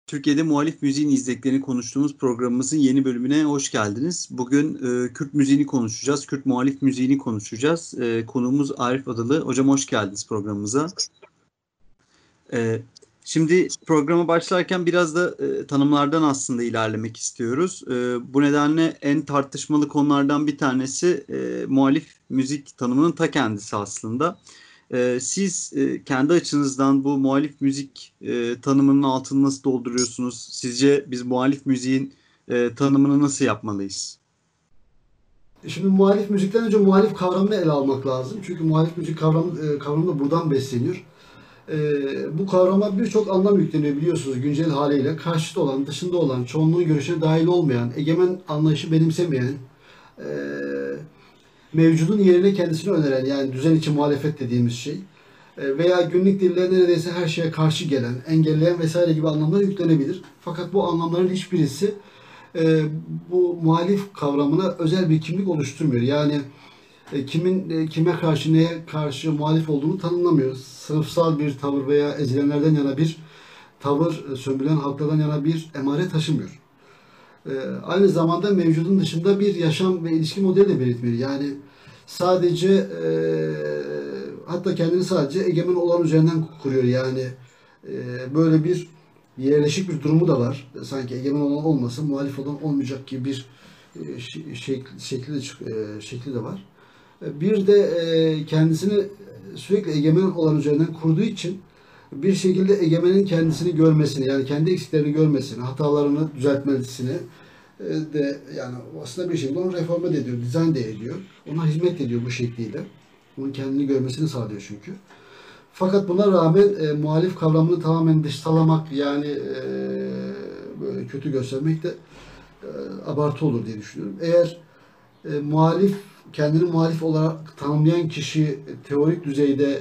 Türkiye'de muhalif müziğin izleklerini konuştuğumuz programımızın yeni bölümüne hoş geldiniz. Bugün Kürt müziğini konuşacağız, Kürt muhalif müziğini konuşacağız. Konuğumuz Arif Adalı. Hocam hoş geldiniz programımıza. E, Şimdi programa başlarken biraz da tanımlardan aslında ilerlemek istiyoruz. Bu nedenle en tartışmalı konulardan bir tanesi muhalif müzik tanımının ta kendisi aslında. Siz kendi açınızdan bu muhalif müzik tanımının altını nasıl dolduruyorsunuz? Sizce biz muhalif müziğin tanımını nasıl yapmalıyız? Şimdi muhalif müzikten önce muhalif kavramını ele almak lazım. Çünkü muhalif müzik kavramı da buradan besleniyor. Bu kavrama birçok anlam yükleniyor biliyorsunuz güncel haliyle. Karşıtı olan, dışında olan, çoğunluğun görüşüne dahil olmayan, egemen anlayışı benimsemeyen, e, mevcudun yerine kendisini öneren, yani düzen içi muhalefet dediğimiz şey veya günlük dille neredeyse her şeye karşı gelen, engelleyen vesaire gibi anlamlar yüklenebilir. Fakat bu anlamların hiçbirisi bu muhalif kavramına özel bir kimlik oluşturmuyor. Yani kimin kime karşı neye karşı muhalif olduğunu tanımlamıyor. Sınıfsal bir tavır veya ezilenlerden yana bir tavır, sömürülen halklardan yana bir emare taşımıyor. Aynı zamanda mevcudun dışında bir yaşam ve ilişki modeli de belirtmiyor. Yani sadece hatta kendini sadece egemen olan üzerinden kuruyor. Yani böyle bir yerleşik bir durumu da var. Sanki egemen olan olmasa muhalif olan olmayacak gibi bir şekli de var. Bir de kendisini sürekli egemen olan üzerinden kurduğu için bir şekilde egemenin kendisini görmesini, yani kendi eksiklerini görmesini, hatalarını düzeltmesini de, yani aslında bir şekilde onu reforme de ediyor, dizayn de ediyor. Ona hizmet ediyor bu şekliyle. Onun kendini görmesini sağlıyor çünkü. Fakat buna rağmen muhalif kavramını tamamen dışsalamak, yani böyle kötü göstermek de abartı olur diye düşünüyorum. Eğer kendini muhalif olarak tanımlayan kişi teorik düzeyde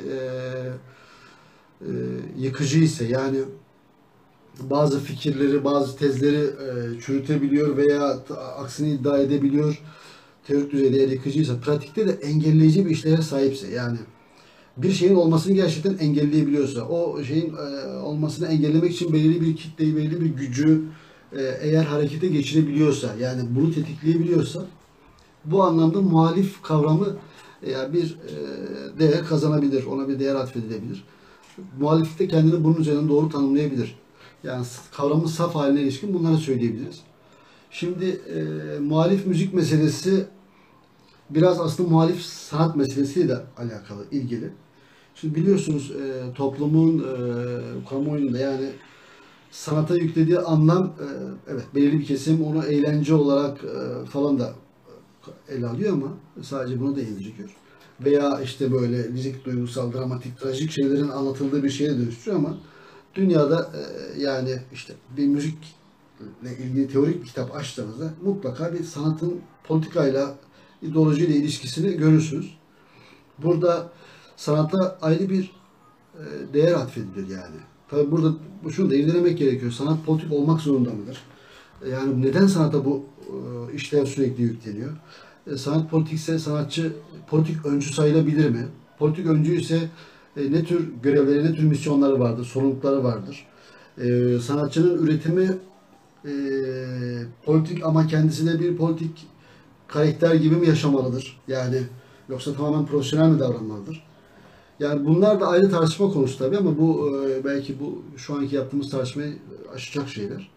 yıkıcı ise, yani bazı fikirleri, bazı tezleri çürütebiliyor veya aksini iddia edebiliyor, teorik düzeyde eğer yıkıcıysa, pratikte de engelleyici bir işleve sahipse, yani bir şeyin olmasını gerçekten engelleyebiliyorsa, o şeyin olmasını engellemek için belirli bir kitleyi, belirli bir gücü eğer harekete geçirebiliyorsa, yani bunu tetikleyebiliyorsa, bu anlamda muhalif kavramı yani bir değer kazanabilir, ona bir değer atfedilebilir. Muhalif de kendini bunun üzerinden doğru tanımlayabilir. Yani kavramın saf haline ilişkin bunları söyleyebiliriz. Şimdi muhalif müzik meselesi biraz aslında muhalif sanat meselesiyle alakalı, ilgili. Şimdi biliyorsunuz toplumun kamuoyunda, yani sanata yüklediği anlam, evet belirli bir kesim onu eğlence olarak falan da ele alıyor ama sadece bunu da eğleniyor. Veya işte böyle lirik, duygusal, dramatik, trajik şeylerin anlatıldığı bir şeye dönüştürüyor ama dünyada yani işte bir müzikle ilgili teorik bir kitap açtığınızda mutlaka bir sanatın politikayla, ideolojiyle ilişkisini görürsünüz. Burada sanata ayrı bir değer atfedilir yani. Tabii burada şunu da irdelemek gerekiyor. Sanat politik olmak zorunda mıdır? Yani neden sanata bu işlev sürekli yükleniyor? Sanat politikse sanatçı politik öncü sayılabilir mi? Politik öncü ise ne tür görevleri, ne tür misyonları vardır, sorumlulukları vardır? Sanatçının üretimi politik ama kendisi de bir politik karakter gibi mi yaşamalıdır? Yani yoksa tamamen profesyonel mi davranmalıdır? Yani bunlar da ayrı tartışma konusu tabii ama bu belki bu şu anki yaptığımız tartışmayı aşacak şeyler.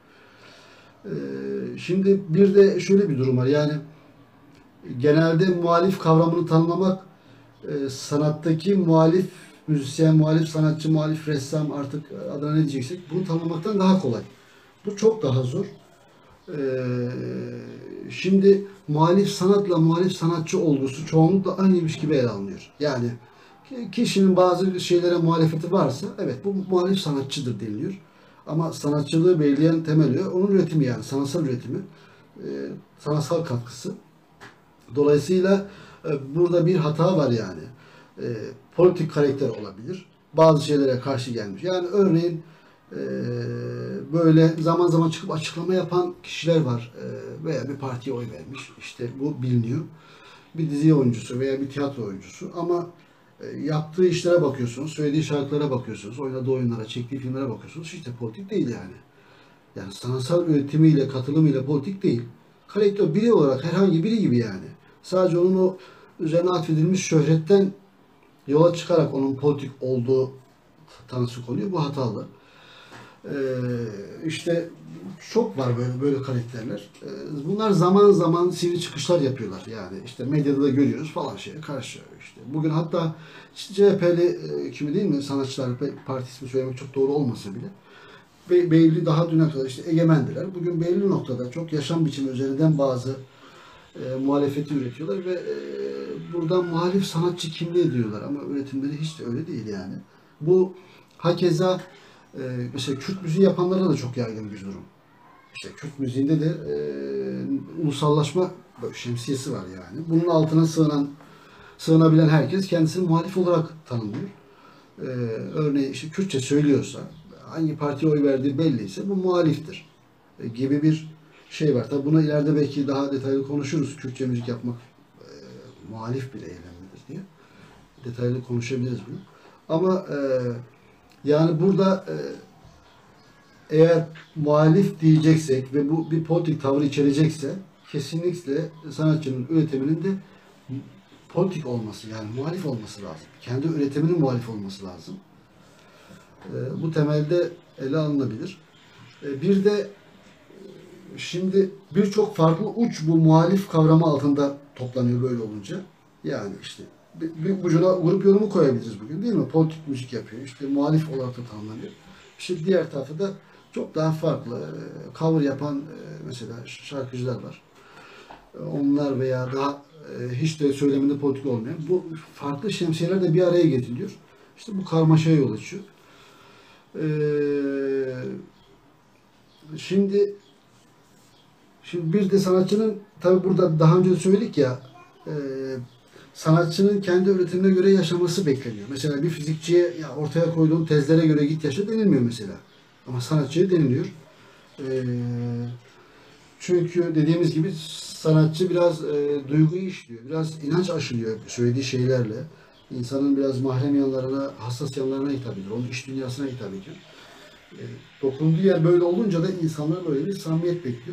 Şimdi bir de şöyle bir durum var. Yani genelde muhalif kavramını tanımlamak sanattaki muhalif müzisyen, muhalif sanatçı, muhalif ressam, artık adına ne diyeceksek, bunu tanımlamaktan daha kolay. Bu çok daha zor. Şimdi muhalif sanatla muhalif sanatçı olgusu çoğunlukla aynıymış gibi ele alınıyor. Yani kişinin bazı şeylere muhalefeti varsa evet bu muhalif sanatçıdır deniliyor. Ama sanatçılığı belirleyen temeli onun üretimi, yani sanatsal üretimi, sanatsal katkısı. Dolayısıyla burada bir hata var yani. Politik karakter olabilir. Bazı şeylere karşı gelmiş. Yani örneğin böyle zaman zaman çıkıp açıklama yapan kişiler var. Veya bir partiye oy vermiş. İşte bu biliniyor. Bir dizi oyuncusu veya bir tiyatro oyuncusu. Ama yaptığı işlere bakıyorsunuz, söylediği şarkılara bakıyorsunuz, oynadığı oyunlara, çektiği filmlere bakıyorsunuz. Hiç de politik değil yani. Yani sanatsal üretimiyle, katılımıyla politik değil. Karaktör biri olarak herhangi biri gibi yani. Sadece onun o üzerine atfedilmiş şöhretten yola çıkarak onun politik olduğu tanısı konuyor. Bu hatalı. İşte çok var böyle karakterler. Bunlar zaman zaman sivri çıkışlar yapıyorlar. Yani işte medyada da görüyoruz falan şeye karşı. İşte bugün hatta CHP'li kimi değil mi sanatçılar parti ismi söylemek çok doğru olmasa bile belli daha düne kadar işte egemendiler. Bugün belli noktada çok yaşam biçimi üzerinden bazı muhalefeti üretiyorlar ve buradan muhalif sanatçı kimliği diyorlar ama üretimleri hiç de öyle değil yani. Bu hakeza mesela Kürt müziği yapanlara da çok yaygın bir durum. İşte Kürt müziğinde de ulusallaşma şemsiyesi var yani. Bunun altına sığınabilen herkes kendisini muhalif olarak tanımlıyor. Örneğin işte Kürtçe söylüyorsa, hangi partiye oy verdiği belliyse bu muhaliftir gibi bir şey var. Tabi buna ileride belki daha detaylı konuşuruz. Kürtçe müzik yapmak muhalif bir eylemdir diye. Detaylı konuşabiliriz bunu. Ama yani burada eğer muhalif diyeceksek ve bu bir politik tavır içerecekse kesinlikle sanatçının üretiminin de politik olması yani muhalif olması lazım. Kendi üretiminin muhalif olması lazım. Bu temelde ele alınabilir. Bir de şimdi birçok farklı uç bu muhalif kavramı altında toplanıyor böyle olunca. Yani işte bir ucuna grup yorumu koyabiliriz bugün değil mi? Politik müzik yapıyor. İşte muhalif olarak da tanımlanıyor. İşte diğer tarafta da çok daha farklı cover yapan mesela şarkıcılar var. Onlar veya daha hiç de söyleminde politik olmayan bu farklı şemsiyeler de bir araya getiriliyor. İşte bu karmaşaya yol açıyor. Şimdi bir de sanatçının tabi burada daha önce söyledik ya sanatçının kendi üretimine göre yaşaması bekleniyor. Mesela bir fizikçiye ya ortaya koyduğun tezlere göre git yaşa denilmiyor mesela. Ama sanatçıya deniliyor. Çünkü dediğimiz gibi sanatçı biraz duyguyu işliyor. Biraz inanç aşılıyor söylediği şeylerle. İnsanın biraz mahrem yanlarına, hassas yanlarına hitap ediyor. Onun iç dünyasına hitap ediyor. Dokunduğu yer böyle olunca da insanlar böyle bir samimiyet bekliyor.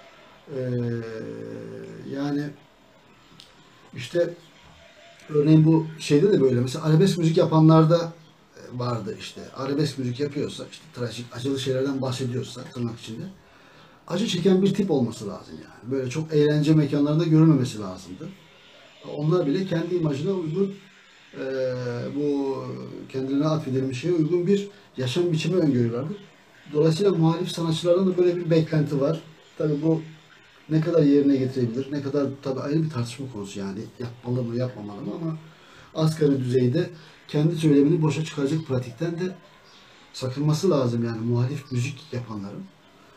Yani işte örneğin bu şeyde de böyle. Mesela arabesk müzik yapanlarda vardı işte. Arabesk müzik yapıyorsa, işte trajik, acılı şeylerden bahsediyorsa tırnak içinde acı çeken bir tip olması lazım yani. Böyle çok eğlence mekanlarında görülmemesi lazımdı. Onlar bile kendi imajına uygun bu kendilerine atfedilmiş şeye uygun bir yaşam biçimi öngörüyorlardı. Dolayısıyla muhalif sanatçılardan da böyle bir beklenti var. Tabii bu ne kadar yerine getirebilir, ne kadar tabii ayrı bir tartışma konusu yani yapmalı mı yapmamalı mı ama asgari düzeyde kendi söylemini boşa çıkaracak pratikten de sakınması lazım yani muhalif müzik yapanların.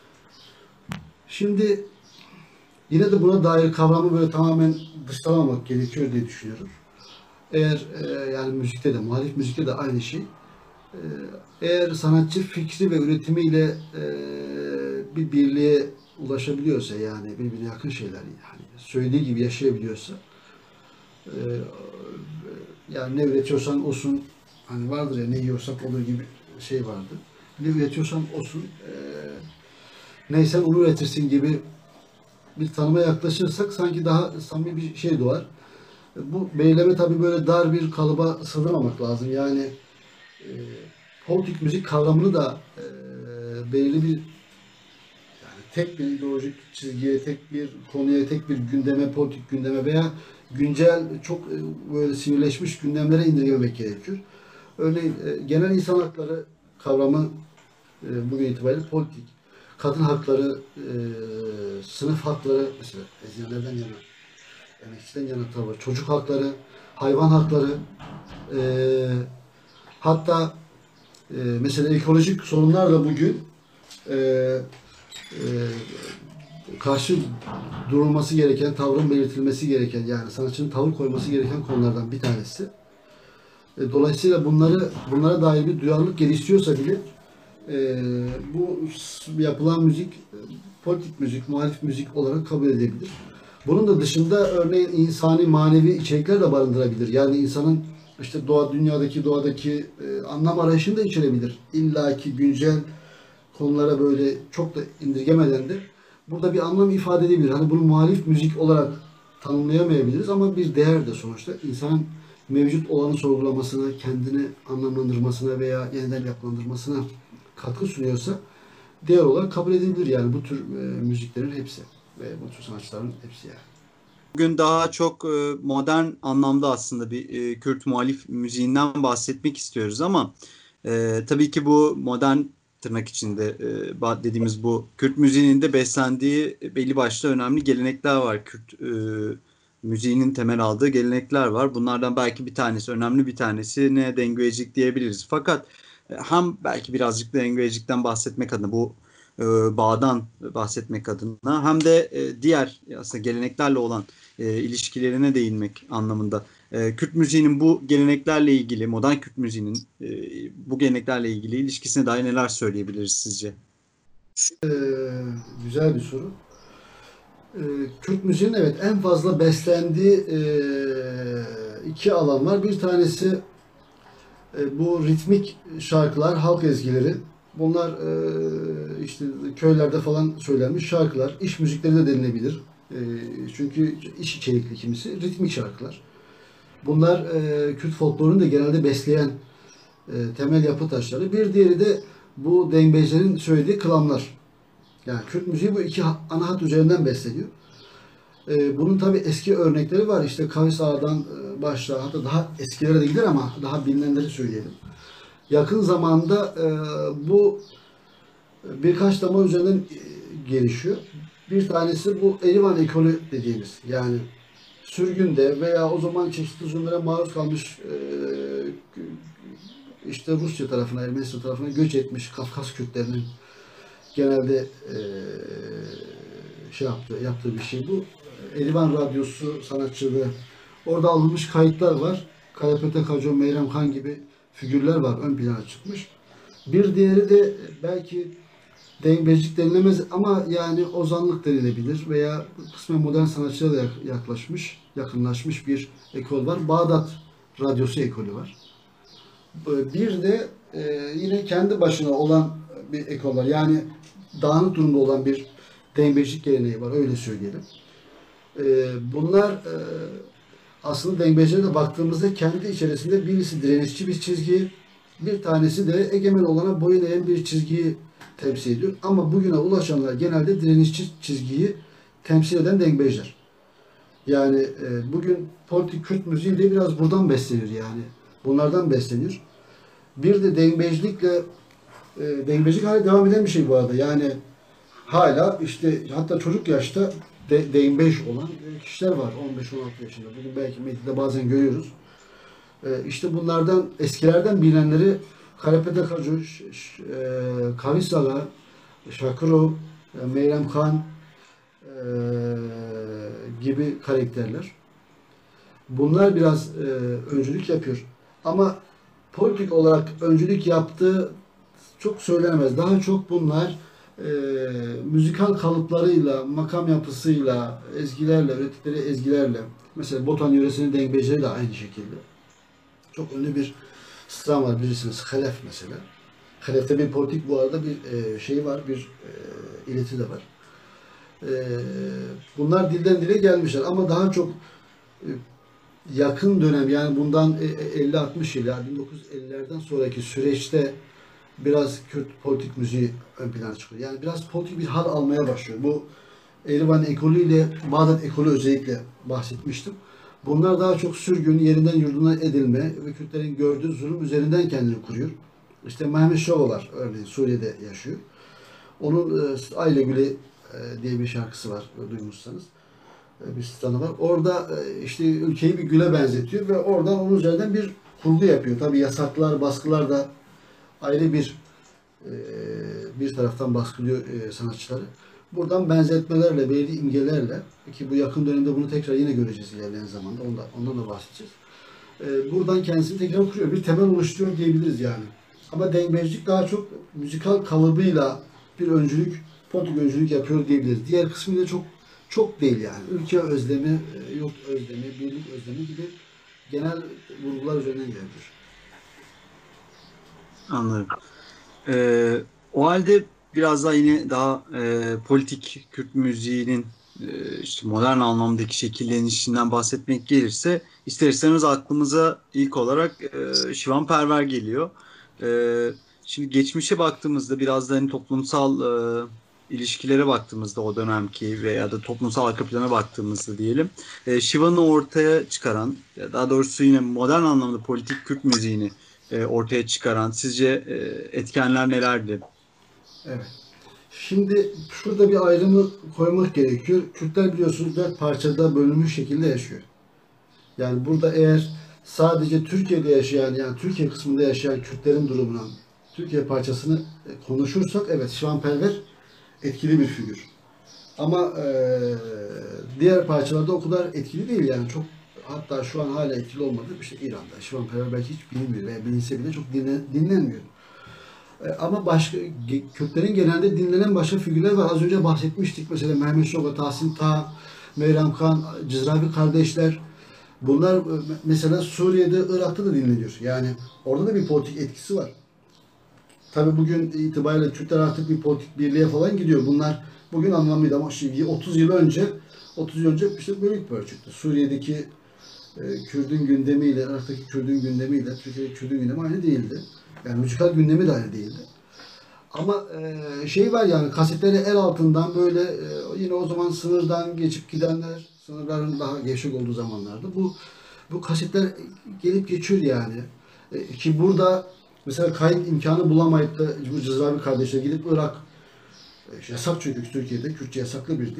Şimdi yine de buna dair kavramı böyle tamamen dışlamamak gerekiyor diye düşünüyorum. Eğer yani müzikte de, muhalif müzikte de aynı şey. Eğer sanatçı fikri ve üretimiyle bir birliğe ulaşabiliyorsa yani birbirine yakın şeyler yani söylediği gibi yaşayabiliyorsa yani ne üretiyorsan olsun hani vardır ya ne yiyorsak olur gibi şey vardı. Ne üretiyorsan olsun neysen onu üretirsin gibi bir tanıma yaklaşırsak sanki daha samimi bir şey doğar. Bu beyleme tabii böyle dar bir kalıba sığdırmamak lazım. Yani politik müzik kavramını da belirli bir yani tek bir ideolojik çizgiye, tek bir konuya, tek bir gündeme, politik gündeme veya güncel çok böyle sinirleşmiş gündemlere indirgememek gerekiyor. Örneğin genel insan hakları kavramı bugün itibariyle politik. Kadın hakları, sınıf hakları mesela ezilenlerden yana, emekçiden yana tavır, çocuk hakları, hayvan hakları, hatta mesela ekolojik sorunlar da bugün karşı durulması gereken, tavrın belirtilmesi gereken yani sanatçının tavır koyması gereken konulardan bir tanesi. Dolayısıyla bunlara dair bir duyarlılık geliştiriyorsa bile bu yapılan müzik politik müzik, muhalif müzik olarak kabul edilebilir. Bunun da dışında örneğin insani, manevi içerikler de barındırabilir. Yani insanın işte doğadaki anlam arayışını da içerebilir. İlla ki güncel konulara böyle çok da indirgemeden de burada bir anlam ifade edebilir. Hani bunu muhalif müzik olarak tanımlayamayabiliriz ama bir değer de sonuçta. İnsanın mevcut olanı sorgulamasına, kendini anlamlandırmasına veya yeniden yapılandırmasına katkı sunuyorsa değer olarak kabul edilebilir yani bu tür müziklerin hepsi ve bu tür sanatçıların hepsi yani. Bugün daha çok modern anlamda aslında bir Kürt muhalif müziğinden bahsetmek istiyoruz ama tabii ki bu modern tırnak içinde dediğimiz bu Kürt müziğinin de beslendiği belli başlı önemli gelenekler var. Kürt müziğinin temel aldığı gelenekler var. Bunlardan belki bir tanesi, önemli bir tanesi ne dengecilik diyebiliriz. Fakat hem belki birazcık da dengecilikten bahsetmek adına bu bağdan bahsetmek adına hem de diğer aslında geleneklerle olan ilişkilerine değinmek anlamında. Kürt müziğinin bu geleneklerle ilgili, modern Kürt müziğinin bu geleneklerle ilgili ilişkisine dair neler söyleyebiliriz sizce? Ee, Güzel bir soru. Kürt müziğinin evet en fazla beslendiği iki alan var. Bir tanesi bu ritmik şarkılar, halk ezgileri. Bunlar işte köylerde falan söylenmiş şarkılar. İş müzikleri de denilebilir. Çünkü iş içerikli kimisi. Ritmik şarkılar. Bunlar Kürt folklorunu da genelde besleyen temel yapı taşları. Bir diğeri de bu dengbejlerin söylediği kılamlar. Yani Kürt müziği bu iki ana hat üzerinden besleniyor. Bunun tabi eski örnekleri var. İşte Kavis Ağa'dan başla, hatta daha eskilere de gider ama daha bilinenleri söyleyelim. Yakın zamanda bu birkaç damar üzerinden gelişiyor. Bir tanesi bu Erivan ekolü dediğimiz. Yani sürgünde veya o zaman çeşitli zulümlere maruz kalmış işte Rusya tarafına, Ermenistan tarafına göç etmiş Kafkas Kürtlerinin genelde yaptığı bir şey bu. Erivan Radyosu sanatçılığı. Orada alınmış kayıtlar var. Karapete Kaco, Meyrem Khan gibi figürler var. Ön plana çıkmış. Bir diğeri de belki dengbejlik denilemez ama yani ozanlık denilebilir veya kısmen modern sanatçıya da yakınlaşmış bir ekol var. Bağdat Radyosu ekolü var. Bir de yine kendi başına olan bir ekol var. Yani dağınık durumda olan bir dengbejlik geleneği var. Öyle söyleyelim. Bunlar aslında dengbejlere de baktığımızda kendi içerisinde birisi direnişçi bir çizgi, bir tanesi de egemen olana boyun eğen bir çizgiyi temsil ediyor. Ama bugüne ulaşanlar genelde direnişçi çizgiyi temsil eden dengbejler. Yani bugün politik Kürt müziği de biraz buradan besleniyor yani. Bunlardan besleniyor. Bir de dengbejlikle dengbejlik hala devam eden bir şey bu arada. Yani hala işte hatta çocuk yaşta dengbej olan kişiler var 15-16 yaşında. Bugün belki medyada bazen görüyoruz. İşte bunlardan eskilerden bilinenleri Karapete Kacu, Kavis Ağa, Şakiro, Meyrem Khan gibi karakterler. Bunlar biraz öncülük yapıyor. Ama politik olarak öncülük yaptığı çok söylenemez. Daha çok bunlar müzikal kalıplarıyla, makam yapısıyla, ezgilerle, ürettikleri ezgilerle, mesela Botan yöresinin dengbejleri de aynı şekilde. Çok ünlü bir stram var, bilirsiniz. Halef mesela. Halef'te bir politik bu arada bir şey var, bir ileti de var. Bunlar dilden dile gelmişler ama daha çok yakın dönem yani bundan 50-60 yıl yani 1950'lerden sonraki süreçte biraz Kürt politik müziği ön plana çıkıyor. Yani biraz politik bir hal almaya başlıyor. Bu Erivan ekolü ile Bağdat ekolü özellikle bahsetmiştim. Bunlar daha çok sürgün, yerinden yurdundan edilme ve Kürtlerin gördüğü zulüm üzerinden kendini kuruyor. İşte Mehmet Şavolar örneğin Suriye'de yaşıyor. Onun Aile Gülü diye bir şarkısı var duymuşsanız. Bir standı var. Orada işte ülkeyi bir güle benzetiyor ve oradan onun üzerinden bir kurgu yapıyor. Tabii yasaklar, baskılar da ayrı bir taraftan baskılıyor sanatçıları. Buradan benzetmelerle, belli imgelerle ki bu yakın dönemde bunu tekrar yine göreceğiz ilerleyen zamanda. Ondan da bahsedeceğiz. Buradan kendisini tekrar kuruyor. Bir temel oluşturuyor diyebiliriz yani. Ama dengbejlik daha çok müzikal kalıbıyla bir öncülük, politik öncülük yapıyor diyebiliriz. Diğer kısmıyla çok değil yani. Ülke özlemi, yurt özlemi, birlik özlemi gibi genel vurgular üzerinden geliyor. Anladım. O halde biraz daha yine daha politik Kürt müziğinin işte modern anlamdaki şekillenişinden bahsetmek gelirse ister istemez aklımıza ilk olarak Şivan Perver geliyor. E, Şimdi geçmişe baktığımızda biraz da hani toplumsal ilişkilere baktığımızda o dönemki veya da toplumsal arka plana baktığımızda diyelim Şivan'ı ortaya çıkaran, daha doğrusu yine modern anlamda politik Kürt müziğini ortaya çıkaran sizce etkenler nelerdi? Evet. Şimdi şurada bir ayrımı koymak gerekiyor. Kürtler biliyorsunuz 4 parçada bölünmüş şekilde yaşıyor. Yani burada eğer sadece Türkiye'de yaşayan, yani Türkiye kısmında yaşayan Kürtlerin durumuna, Türkiye parçasını konuşursak, evet, Şivanperver etkili bir figür. Ama diğer parçalarda o kadar etkili değil yani, çok, hatta şu an hala etkili olmadı. İşte İran'da Şivanperver belki hiç bilinmiyor veya bilinse bile çok dinlenmiyor. Ama başka Kürtlerin genelde dinlenen başka figürler var. Az önce bahsetmiştik. Mesela Mehmet Şoka, Tahsin Taha, Meyram Khan, Cızravi kardeşler. Bunlar mesela Suriye'de, Irak'ta da dinleniyor. Yani orada da bir politik etkisi var. Tabi bugün itibariyle Kürtler artık bir politik birliğe falan gidiyor. Bunlar bugün anlamlıydı ama şimdi 30 yıl önce işte bölük pörçüktü. Suriye'deki Kürdün gündemiyle, Irak'taki Kürdün gündemiyle Türkiye'deki Kürdün gündemi aynı değildi. Yani müzikal gündemi de aynı değildi. Ama şey var yani, kasetleri el altından böyle yine o zaman sınırdan geçip gidenler, sınırların daha gevşek olduğu zamanlarda bu kasetler gelip geçiyor yani. Ki burada mesela kayıt imkanı bulamayıp da bu Cızravi kardeşler gidip Irak, yasak çünkü Türkiye'de Kürtçe yasaklı bir dil.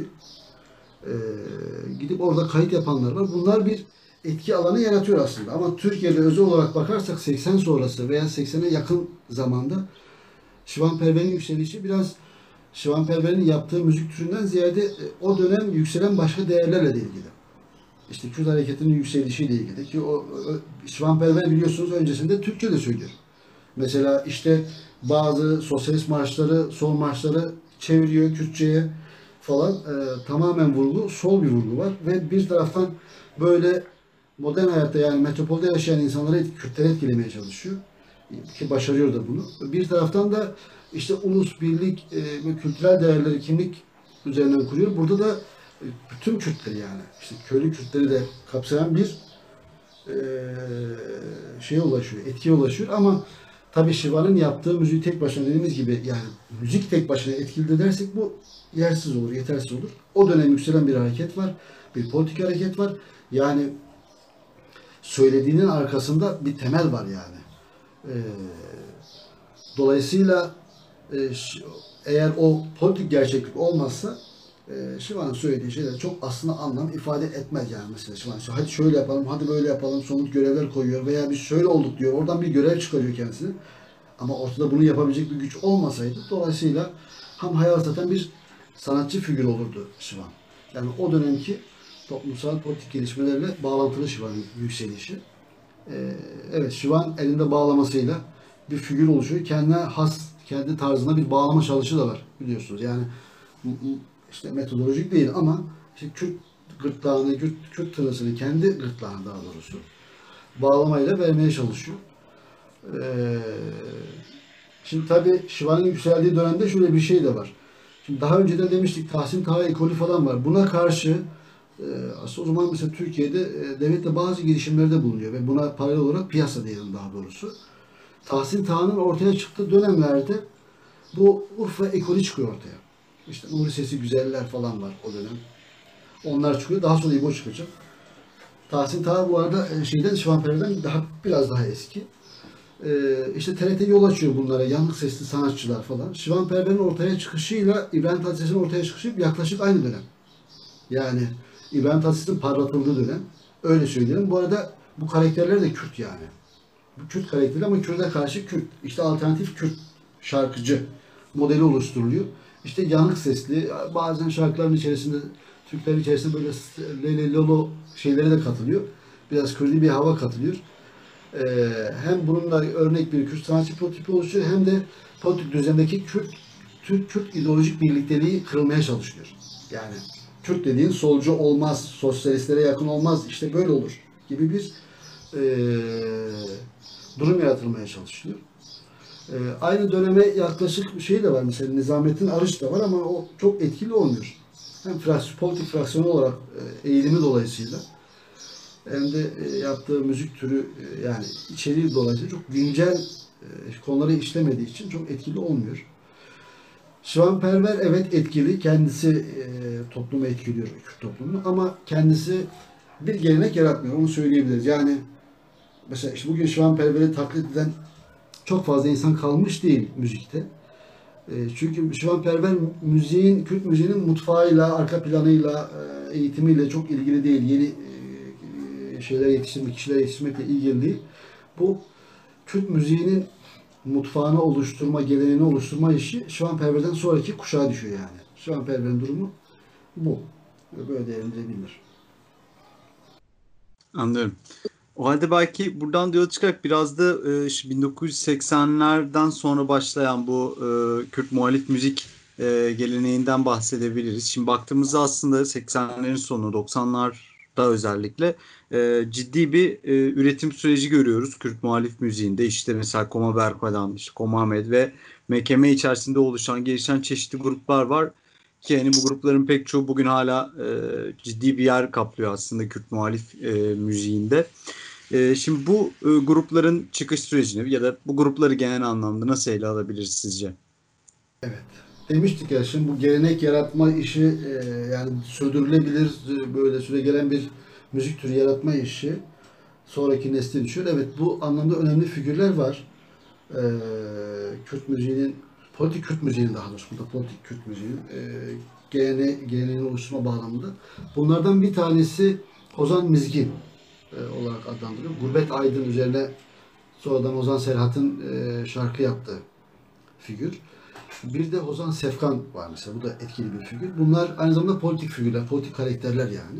Gidip orada kayıt yapanlar var. Bunlar bir etki alanı yaratıyor aslında. Ama Türkiye'de özel olarak bakarsak 80 sonrası veya 80'e yakın zamanda Şivanperver'in yükselişi biraz Şivanperver'in yaptığı müzik türünden ziyade o dönem yükselen başka değerlerle de ilgili. İşte Kürt hareketinin yükselişiyle ilgili ki Şivanperver biliyorsunuz öncesinde Türkçe de söylüyor. Mesela işte bazı sosyalist marşları, sol marşları çeviriyor Kürtçe'ye falan. Tamamen sol bir vurgu var ve bir taraftan böyle modern hayatta, yani metropolde yaşayan insanları, Kürtleri etkilemeye çalışıyor. Ki başarıyor da bunu. Bir taraftan da işte ulus, birlik ve kültürel değerleri, kimlik üzerinden kuruyor. Burada da bütün Kürtleri, yani işte köylü Kürtleri de kapsayan bir şeye ulaşıyor, etkiye ulaşıyor. Ama tabii Şiva'nın yaptığı müziği tek başına, dediğimiz gibi, yani müzik tek başına etkili dersek bu yersiz olur, yetersiz olur. O dönem yükselen bir hareket var, bir politik hareket var. Yani söylediğinin arkasında bir temel var yani. Dolayısıyla eğer o politik gerçeklik olmazsa Şiva'nın söylediği şeyler çok aslında anlam ifade etmez yani. Mesela Şivan hadi şöyle yapalım, hadi böyle yapalım, somut görevler koyuyor veya biz şöyle olduk diyor. Oradan bir görev çıkarıyor kendisine. Ama ortada bunu yapabilecek bir güç olmasaydı, dolayısıyla hem hayal satan bir sanatçı figür olurdu Şivan. Yani o dönemki toplumsal politik gelişmelerle bağlantılı Şivan'ın yükselişi. Evet, Şivan elinde bağlamasıyla bir figür oluşuyor. Kendine has, kendi tarzında bir bağlama çalışı da var biliyorsunuz. Yani işte metodolojik değil ama işte Kürt gırtlağını, Kürt tınısını, kendi gırtlağını daha doğrusu bağlamayla vermeye çalışıyor. Şimdi tabii Şivan'ın yükseldiği dönemde şöyle bir şey de var. Şimdi daha önceden demiştik Tahsin Taha ekolü falan var. Buna karşı aslında o zaman mesela Türkiye'de devlet de bazı girişimlerde bulunuyor ve buna paralel olarak piyasa diyelim daha doğrusu. Tahsin Taha'nın ortaya çıktığı dönemlerde bu Urfa ekolü çıkıyor ortaya. İşte Nuri Sesi Güzeller falan var o dönem. Onlar çıkıyor. Daha sonra İbo çıkacak. Tahsin Taha bu arada Şivanperver'den biraz daha eski. İşte TRT yol açıyor bunlara. Yanık sesli sanatçılar falan. Şivanperver'in ortaya çıkışıyla İbrahim Tatlıses'in ortaya çıkışı yaklaşık aynı dönem. Yani İbrahim Tatlıses'in parlatıldığı dönem. Öyle söyleyelim. Bu arada bu karakterler de Kürt yani. Bu Kürt karakteri ama Kürt'e karşı Kürt. İşte alternatif Kürt şarkıcı modeli oluşturuluyor. İşte yanık sesli, bazen şarkıların içerisinde, Türklerin içerisinde böyle lele lolo şeyleri de katılıyor. Biraz Kürdi bir hava katılıyor. Hem bununla örnek bir Kürt sanatçı prototipi oluşuyor, hem de politik düzendeki Türk ideolojik birlikteliği kırılmaya çalışıyor. Yani Kürt dediğin solcu olmaz, sosyalistlere yakın olmaz, işte böyle olur gibi bir durum yaratılmaya çalışılıyor. Aynı döneme yaklaşık bir şey de var. Mesela Nizamettin Arıç da var ama o çok etkili olmuyor. Hem politik fraksiyonu olarak eğilimi dolayısıyla hem de yaptığı müzik türü yani içeriği dolayısıyla çok güncel konuları işlemediği için çok etkili olmuyor. Şivan Perver evet etkili. Kendisi toplumu etkiliyor, Kürt toplumunu ama kendisi bir gelenek yaratmıyor. Onu söyleyebiliriz. Yani mesela işte bugün Şivan Perver'i taklit eden çok fazla insan kalmış değil müzikte. Çünkü Şivan Perver müziğin, Kürt müziğinin mutfağıyla, arka planıyla, eğitimiyle çok ilgili değil. Yeni şeyler yetiştirmek, kişiler yetiştirmekle ilgili değil. Bu Kürt müziğinin mutfağını oluşturma, geleneğini oluşturma işi Şivan Perver'den sonraki kuşağa düşüyor yani. Şivan Perver'in durumu bu. Böyle değerlendirilebilir. Anlıyorum. O halde belki buradan da yola çıkarak biraz da 1980'lerden sonra başlayan bu Kürt muhalif müzik geleneğinden bahsedebiliriz. Şimdi baktığımızda aslında 80'lerin sonu, 90'larda özellikle ciddi bir üretim süreci görüyoruz Kürt muhalif müziğinde. İşte mesela Koma Berko'dan, işte Koma Ahmet ve MKM içerisinde oluşan, gelişen çeşitli gruplar var. Ki yani bu grupların pek çoğu bugün hala ciddi bir yer kaplıyor aslında Kürt muhalif müziğinde. Şimdi bu grupların çıkış sürecini ya da bu grupları genel anlamda nasıl ele alabiliriz sizce? Evet. Demiştik ya şimdi bu gelenek yaratma işi yani sürdürülebilir böyle süregelen bir müzik türü yaratma işi sonraki nesle düşüyor. Evet bu anlamda önemli figürler var. Kürt müziğinin, politik Kürt müziğinin daha doğrusu burada politik Kürt müziğinin geleneğini oluşturma bağlamında. Bunlardan bir tanesi Ozan Mizgin olarak adlandırılıyor. Gurbet Aydın üzerine sonradan Ozan Serhat'ın şarkı yaptığı figür. Bir de Ozan Sefkan var mesela. Bu da etkili bir figür. Bunlar aynı zamanda politik figürler, politik karakterler yani.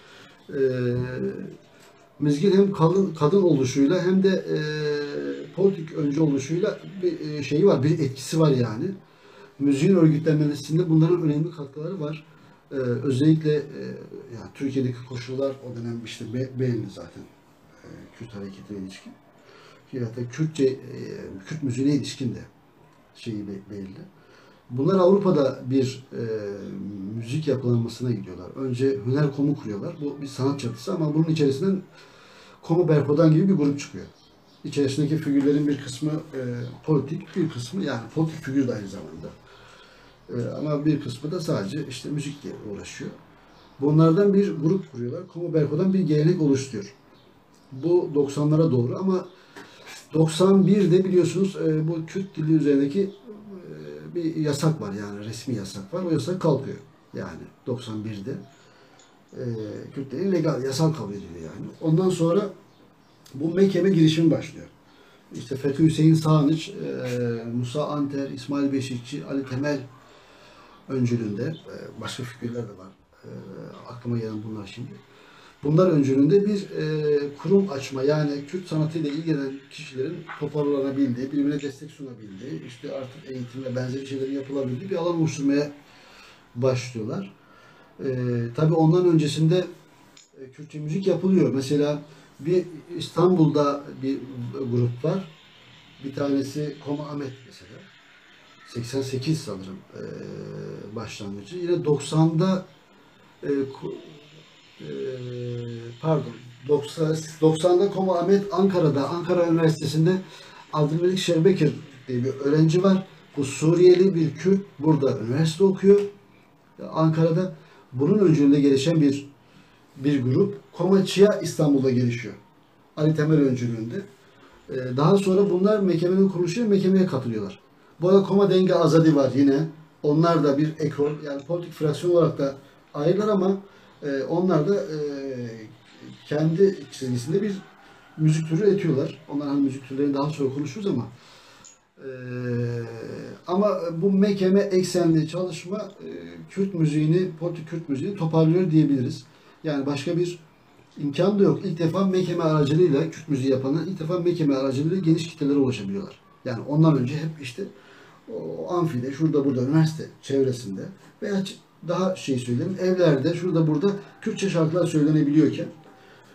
Mizgin hem kadın oluşuyla hem de politik öncü oluşuyla bir şeyi var, bir etkisi var yani. Müziğin örgütlenmesinde bunların önemli katkıları var. Özellikle yani Türkiye'deki koşullar o dönem işte belli zaten Kürt hareketine ilişkin. Hatta Kürt müziğine ilişkin de şeyi belli. Bunlar Avrupa'da bir müzik yapılanmasına gidiyorlar. Önce Hüner.com'u kuruyorlar. Bu bir sanat çatısı ama bunun içerisinden Komo Berko'dan gibi bir grup çıkıyor. İçerisindeki figürlerin bir kısmı politik, bir kısmı yani politik figür de aynı zamanda. Ama bir kısmı da sadece işte müzikle uğraşıyor. Bunlardan bir grup kuruyorlar. Komo Berko'dan bir gelenek oluşturuyor. Bu 90'lara doğru ama 91'de biliyorsunuz bu Kürt dili üzerindeki bir yasak var yani resmi yasak var. O yasak kalkıyor yani 91'de. Kürt dili legal, yasal kabul ediliyor yani. Ondan sonra bu Mekkeme girişimi başlıyor. İşte Fethi Hüseyin Sağınıç, Musa Anter, İsmail Beşikçi, Ali Temel öncülüğünde başka figürler de var. Aklıma gelen bunlar şimdi. Bunlar öncülüğünde bir kurum açma yani Kürt sanatıyla ilgilenen kişilerin toparlanabildiği, birbirine destek sunabildiği, işte artık eğitim ve benzeri şeylerin yapılabildiği bir alan oluşturmaya başlıyorlar. Tabii ondan öncesinde Kürtçe müzik yapılıyor. Mesela bir İstanbul'da bir grup var. Bir tanesi Koma Ahmet mesela. 88 sanırım başlangıcı. Yine 90'da pardon 90'da Koma Ahmet Ankara'da Ankara Üniversitesi'nde Abdülmelik Şerbekir diye bir öğrenci var. Bu Suriyeli bir Kürt burada üniversite okuyor. Ankara'da bunun öncülüğünde gelişen bir grup. Koma Chia İstanbul'da gelişiyor. Ali Temel öncülüğünde. Daha sonra bunlar Mekeme'nin kuruluşuyla Mekeme'ye katılıyorlar. Bu arada Koma Denge Azadi var yine. Onlar da bir ekol, yani politik fraksiyon olarak da ayrılar ama onlar da kendi çizgisinde bir müzik türü üretiyorlar. Onlar hani müzik türlerini daha sonra konuşuruz ama bu Mekeme eksenli çalışma Kürt müziğini, politik Kürt müziğini toparlıyor diyebiliriz. Yani başka bir imkan da yok. İlk defa Mekeme aracılığıyla Kürt müziği yapanlar ilk defa Mekeme aracılığıyla geniş kitlelere ulaşabiliyorlar. Yani ondan önce hep işte o amfide, şurada burada üniversite çevresinde veya daha şey söyleyeyim evlerde, şurada burada Kürtçe şarkılar söylenebiliyorken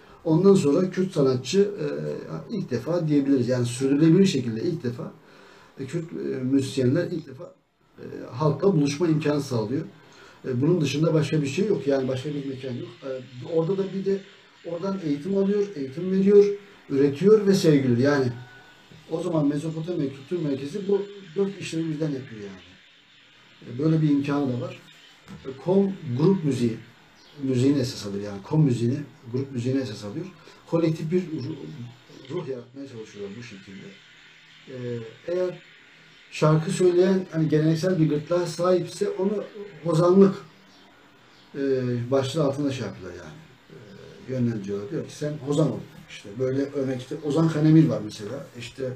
ondan sonra Kürt sanatçı ilk defa diyebiliriz. Yani sürdürülebilir şekilde ilk defa Kürt müzisyenler ilk defa halkla buluşma imkanı sağlıyor. Bunun dışında başka bir şey yok. Yani başka bir mekan yok. Orada da bir de oradan eğitim alıyor, eğitim veriyor, üretiyor ve sergiliyor. Yani o zaman Mezopotamya Kültür Merkezi bu 4 işleri birden yapıyor yani. Böyle bir imkanı da var. Kom grup müziğini esas alıyor yani. Kom müziğini, grup müziğini esas alıyor. Kolektif bir ruh yaratmaya çalışıyorlar bu şekilde. Eğer şarkı söyleyen hani geleneksel bir gırtlağa sahipse onu ozanlık başlığı altında şey yapıyorlar yani. Yönlendiriyorlar. Diyor ki sen ozan ol. İşte böyle örnek işte Ozan Kanemir var mesela. İşte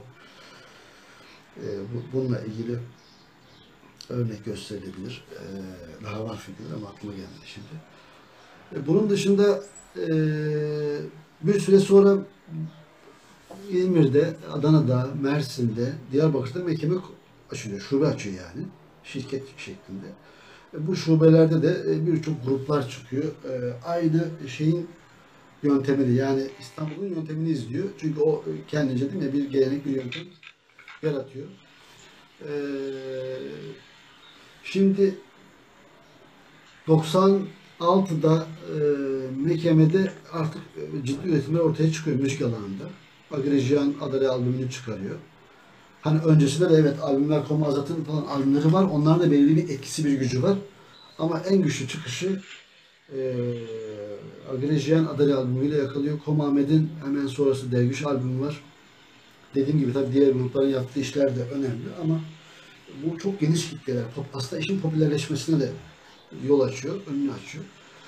bununla ilgili örnek gösterilebilir. Daha var figürler ama aklıma gelmedi şimdi. Bunun dışında bir süre sonra İzmir'de, Adana'da, Mersin'de, Diyarbakır'da mekeme açılıyor. Şube açıyor yani. Şirket şeklinde. Bu şubelerde de birçok gruplar çıkıyor. Aynı şeyin yöntemini yani İstanbul'un yöntemini izliyor. Çünkü o kendince değil mi bir gelenek bir yöntem yaratıyor. Şimdi 96'da Mekeme'de artık ciddi üretimler ortaya çıkıyor müzik alanında. Agrejian Adare albümünü çıkarıyor. Hani öncesinde de evet albümler Koma Azat'ın falan albümleri var. Onların da belirli bir etkisi bir gücü var. Ama en güçlü çıkışı Agrejian Adare albümüyle yakalıyor. Koma Ahmet'in hemen sonrası Derviş albümü var. Dediğim gibi tabii diğer grupların yaptığı işler de önemli ama bu çok geniş kitleler. Aslında işin popülerleşmesine de yol açıyor, önünü açıyor.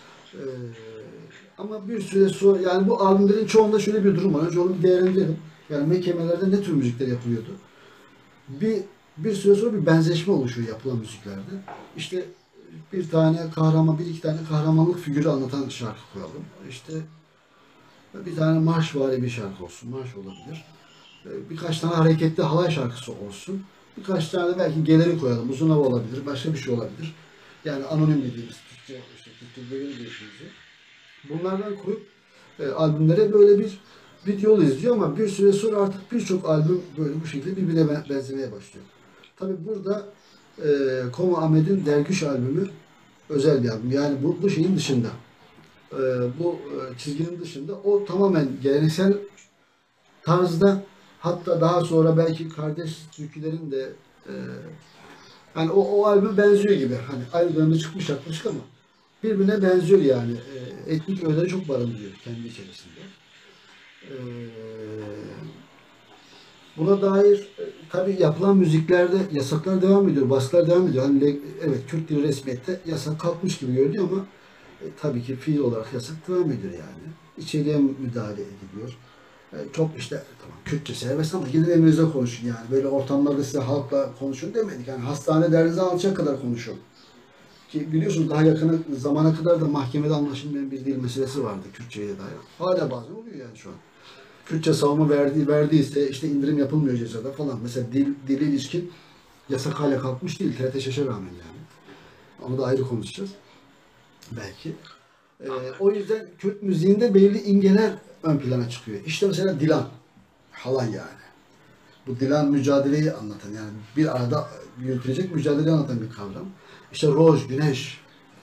Ama bir süre sonra yani bu albümlerin çoğunda şöyle bir durum var. Önce onu bir değerlendirelim. Yani mekemelerde ne tür müzikler yapılıyordu? Bir süre sonra bir benzeşme oluşuyor yapılan müziklerde. İşte bir tane kahraman, bir iki tane kahramanlık figürü anlatan şarkı koyalım. İşte bir tane marşvari bir şarkı olsun, marş olabilir. Birkaç tane hareketli halay şarkısı olsun. Birkaç tane de belki geleri koyalım. Uzun hava olabilir, başka bir şey olabilir. Yani anonim dediğimiz Türkçe, işte Türkçe böyle değişimizi. Bunlardan koyup albümlere böyle bir yol izliyor ama bir süre sonra artık birçok albüm böyle bu şekilde birbirine benzemeye başlıyor. Tabi burada Koma Ahmet'in Dergüş albümü özel bir albüm. Yani bu şeyin dışında, bu çizginin dışında o tamamen geleneksel tarzda hatta daha sonra belki kardeş türkülerin de yani o albüm benziyor gibi. Hani aynı dönemde çıkmış yaklaşık ama birbirine benziyor yani. Etnik öğeleri çok barındırıyor kendi içerisinde. Buna dair tabi yapılan müziklerde yasaklar devam ediyor, baskılar devam ediyor. Hani evet Türk Dili Resmiyet'te yasak kalkmış gibi görünüyor ama tabii ki fiil olarak yasak devam ediyor yani. İçeriye müdahale ediliyor. Çok işte tamam Kürtçe serbest ama yine evinizde konuşun yani. Böyle ortamlarda size halkla konuşun demedik. Yani hastane derdinizi anlatacak kadar konuşun. Ki biliyorsunuz daha yakın zamana kadar da mahkemede anlaşılmayan bir dil meselesi vardı Kürtçe'ye dair. Hala bazen oluyor yani şu an. Kürtçe savunma verdiyse işte indirim yapılmıyor cezada falan. Mesela dile ilişkin yasak hala kalkmış değil. TRT rağmen yani. Onu da ayrı konuşacağız. Belki. O yüzden Kürt müziğinde belirli imgeler ön plana çıkıyor. İşte mesela Dilan. Halay yani. Bu Dilan mücadeleyi anlatan yani bir arada yürütülecek mücadeleyi anlatan bir kavram. İşte roj, güneş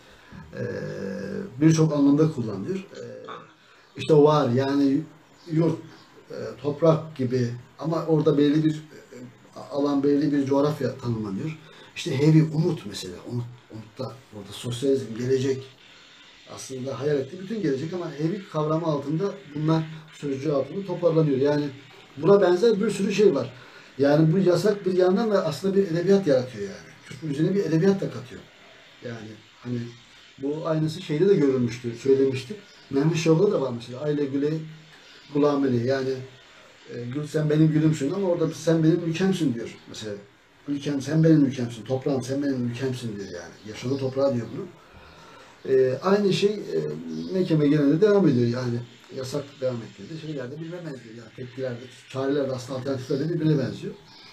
birçok anlamda kullanılıyor. İşte var yani yurt, toprak gibi ama orada belirli bir alan, belirli bir coğrafya tanımlanıyor. İşte heavy, umut mesela. Umutta orada sosyalizm, gelecek aslında hayal ettiği bütün gelecek ama heavy kavramı altında bunlar sözcüğü altında toparlanıyor. Yani buna benzer bir sürü şey var. Yani bu yasak bir yandan da aslında bir edebiyat yaratıyor yani. Türk müziğine bir edebiyat da katıyor. Yani hani bu aynısı şeyde de görülmüştü, söylemiştik. Mehmet Şov'da da var mesela. Aile Güle Gulameli yani Gül sen benim gülümsün ama orada sen benim ülkemsin diyor mesela. Ülkem sen benim ülkemsin, toprağım sen benim ülkemsin diyor yani. Yaşadığı toprağa diyor bunu. Aynı şey Mekeme genelde devam ediyor yani. Yasak devam ettiğinde şeylerde birbirine benziyor. Yani tepkilerde, çarelerde aslında alternatiflerde birbirine benziyor.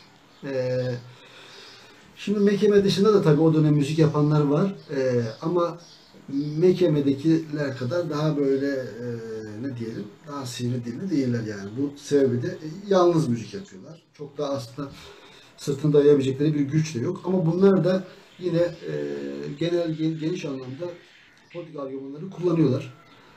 Şimdi Mekeme dışında da tabii o dönem müzik yapanlar var. Ama Mekeme'dekiler kadar daha böyle ne diyelim, daha sivri dilli değiller yani. Bu sebebi de yalnız müzik yapıyorlar. Çok da aslında sırtını dayayabilecekleri bir güç de yok. Ama bunlar da yine geniş anlamda politik argümanları kullanıyorlar.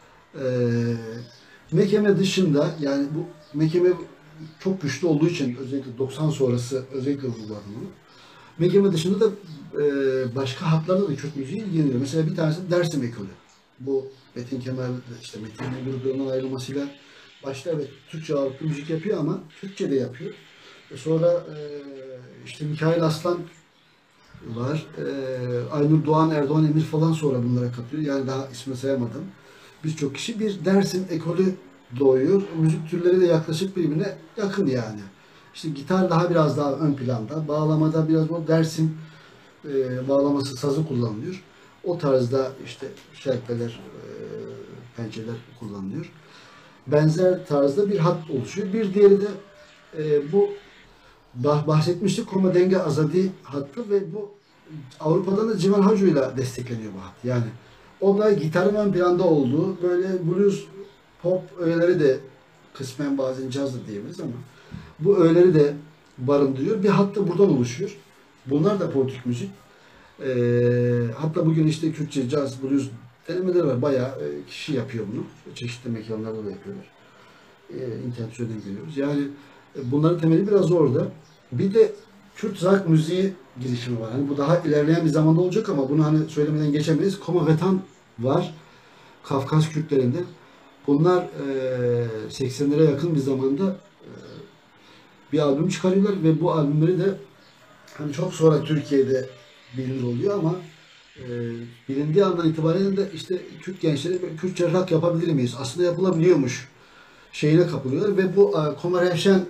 Mekeme dışında, yani bu Mekeme çok güçlü olduğu için özellikle 90 sonrası özellikle vurguladım bunu. Mekeme dışında da başka hatlarda da Kürt müziği ilgileniyor. Mesela bir tanesi Dersim ekolü. Bu Metin Kemal, işte Metin'in gruplarından ayrılmasıyla başta evet Türkçe ağırlıklı müzik yapıyor ama Türkçe de yapıyor. Sonra işte Mikail Aslan var. Aynur Doğan, Erdoğan Emir falan sonra bunlara katılıyor. Yani daha ismi sayamadım. Birçok kişi bir Dersim ekolü doğuyor. Müzik türleri de yaklaşık birbirine yakın yani. İşte gitar daha biraz daha ön planda. Bağlamada biraz o Dersim bağlaması sazı kullanılıyor. O tarzda işte şerpeler, pençeler kullanılıyor. Benzer tarzda bir hat oluşuyor. Bir diğeri de bu bahsetmiştik Koma Denge Azadi hattı ve bu Avrupa'dan da Civan Hacu ile destekleniyor bu hat. Yani o da gitarın ön planda olduğu böyle blues, pop öğeleri de kısmen bazen caz da diyebiliriz ama bu öğeleri de barındırıyor. Bir hat da buradan oluşuyor. Bunlar da politik müzik. Hatta bugün işte Kürtçe, caz, blues denemeleri var. Bayağı kişi yapıyor bunu. Çeşitli mekanlarda da yapıyorlar. İnternet üzerinden görüyoruz. Yani bunların temeli biraz orada. Bir de Kürt rock müziği girişimi var. Hani bu daha ilerleyen bir zamanda olacak ama bunu hani söylemeden geçemeyiz. Koma Vetan var. Kafkas Kürtlerinden. Bunlar 80'lere yakın bir zamanda bir albüm çıkarıyorlar ve bu albümleri de hani çok sonra Türkiye'de bilinir oluyor ama bilindiği andan itibaren de işte Kürt gençleri Kürtçe rock yapabilir miyiz? Aslında yapılabiliyormuş şeyine kapılıyorlar ve bu Koma Revşen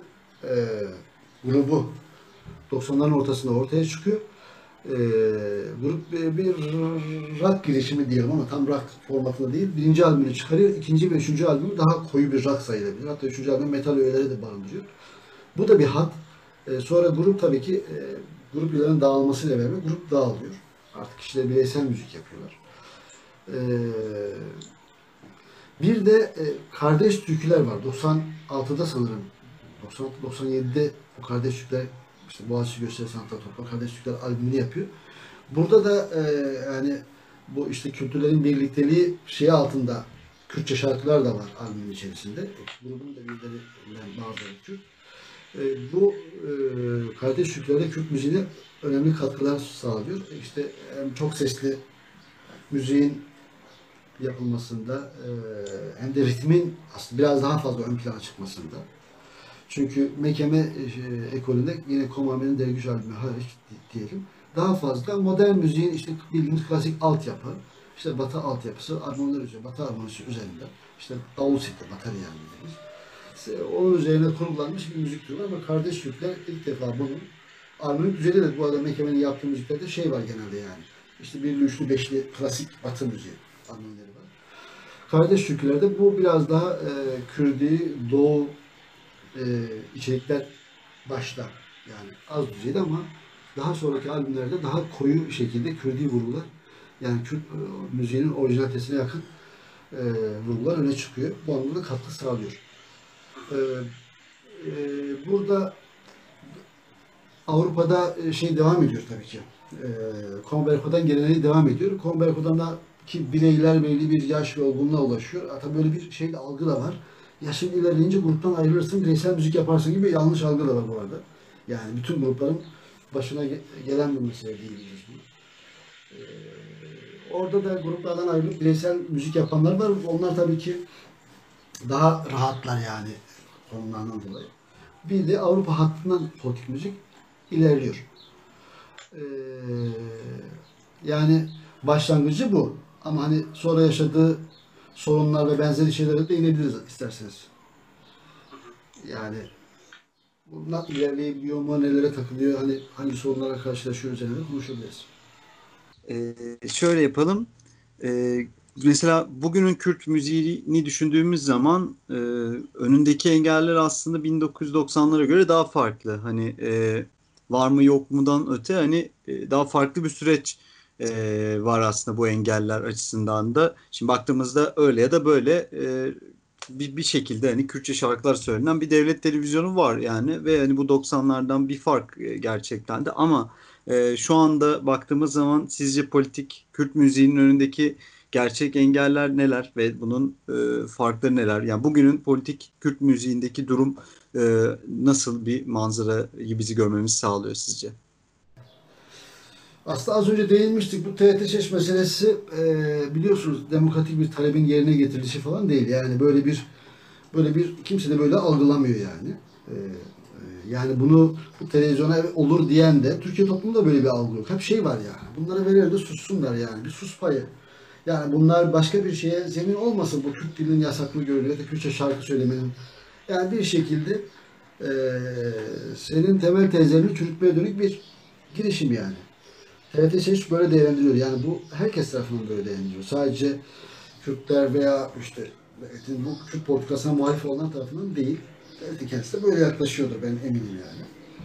grubu 90'ların ortasında ortaya çıkıyor. Grup bir rock girişimi diyelim ama tam rock formatında değil. Birinci albümünü çıkarıyor. İkinci ve üçüncü albümü daha koyu bir rock sayılabilir. Hatta üçüncü albüm metal öğeleri de barındırıyor. Bu da bir hat. Sonra grup tabii ki grup üyelerinin dağılmasıyla beraber grup dağılıyor. Artık kişiler bireysel müzik yapıyorlar. Bir de kardeş türküler var. 96'da sanırım. 96-97'de bu kardeş türküler işte Boğaziçi Gösteri Sanatlar Toplam Kardeş Türküler albümünü yapıyor. Burada da yani bu işte kültürlerin birlikteliği şeyi altında Kürtçe şarkılar da var albümün içerisinde. Grubun da birilerinden bazıları Kürt. Bu kardeş türkülerde Kürt müziğine önemli katkılar sağlıyor. İşte hem çok sesli müziğin yapılmasında hem de ritmin aslında biraz daha fazla ön plana çıkmasında. Çünkü Mekeme ekolünde yine Komame'nin Dergüç albümü hariç diyelim. Daha fazla modern müziğin işte bildiğimiz klasik altyapı, işte Batı altyapısı, armoniler üzerinde, Batı armonisi üzerinde, işte davul seti, batarya dediğimiz. Onun üzerine kurgulanmış bir müzik türü var ama kardeş Türkler ilk defa bunun armonik düzeyde de bu arada Mekeme'nin yaptığı müziklerde şey var genelde yani. İşte birli, üçlü, beşli klasik Batı müziği armonileri var. Kardeş Türkülerde bu biraz daha Kürdi, Doğu içerikler başta yani az düzeyde ama daha sonraki albümlerde daha koyu şekilde Kürdi vurgular yani Kürt müziğinin orijinalitesine yakın vurgular öne çıkıyor. Bu anlamda katkı sağlıyor. Burada Avrupa'da şey devam ediyor tabii ki. Komberko'dan geleneği devam ediyor. Komberko'dan da ki bireyler belli bir yaş ve olgunluğa ulaşıyor. Hatta böyle bir şey de algı da var. Yaşın ilerleyince gruptan ayrılırsın, bireysel müzik yaparsın gibi bir yanlış algı da var bu arada. Yani bütün grupların başına gelen bir mesele diyebiliriz bunu. Orada da gruplardan ayrılıp bireysel müzik yapanlar var. Onlar tabii ki daha rahatlar yani konularından dolayı. Bir de Avrupa hattından politik müzik ilerliyor. Yani başlangıcı bu. Ama hani sonra yaşadığı sorunlar ve benzeri şeylere de inebiliriz isterseniz. Yani bu nasıl ilerleyebiliyor mu, nelere takılıyor, hani hangi sorunlara karşılaşıyor üzerine konuşabiliriz. Şöyle yapalım. Mesela bugünün Kürt müziğini düşündüğümüz zaman önündeki engeller aslında 1990'lara göre daha farklı. Hani var mı yok mudan öte hani daha farklı bir süreç var aslında bu engeller açısından da. Şimdi baktığımızda öyle ya da böyle bir şekilde hani Kürtçe şarkılar söylenen bir devlet televizyonu var yani ve hani bu 90'lardan bir fark gerçekten de ama şu anda baktığımız zaman sizce politik Kürt müziğinin önündeki gerçek engeller neler ve bunun farkları neler? Yani bugünün politik Kürt müziğindeki durum e, nasıl bir manzarayı bizi görmemizi sağlıyor sizce? Aslında az önce değinmiştik. Bu TRT Şeş meselesi biliyorsunuz demokratik bir talebin yerine getirilişi falan değil. Yani böyle bir kimse de böyle algılamıyor yani. Yani bu televizyona olur diyen de Türkiye toplumunda böyle bir algı yok. Hep şey var yani. Bunlara verir de sussunlar yani. Bir sus payı. Yani bunlar başka bir şeye zemin olmasın. Bu Türk dilinin yasaklı görülüyor. Kürtçe şarkı söylemenin. Yani bir şekilde eee, senin temel tezlerini çürütmeye dönük bir girişim yani. TRT Seç böyle değerlendiriyor. Yani bu herkes tarafından böyle değerlendiriyor. Sadece Kürtler veya işte bu Kürt politikasına muhalif olanlar tarafından değil. TRT kendisi de böyle yaklaşıyordur, ben eminim yani.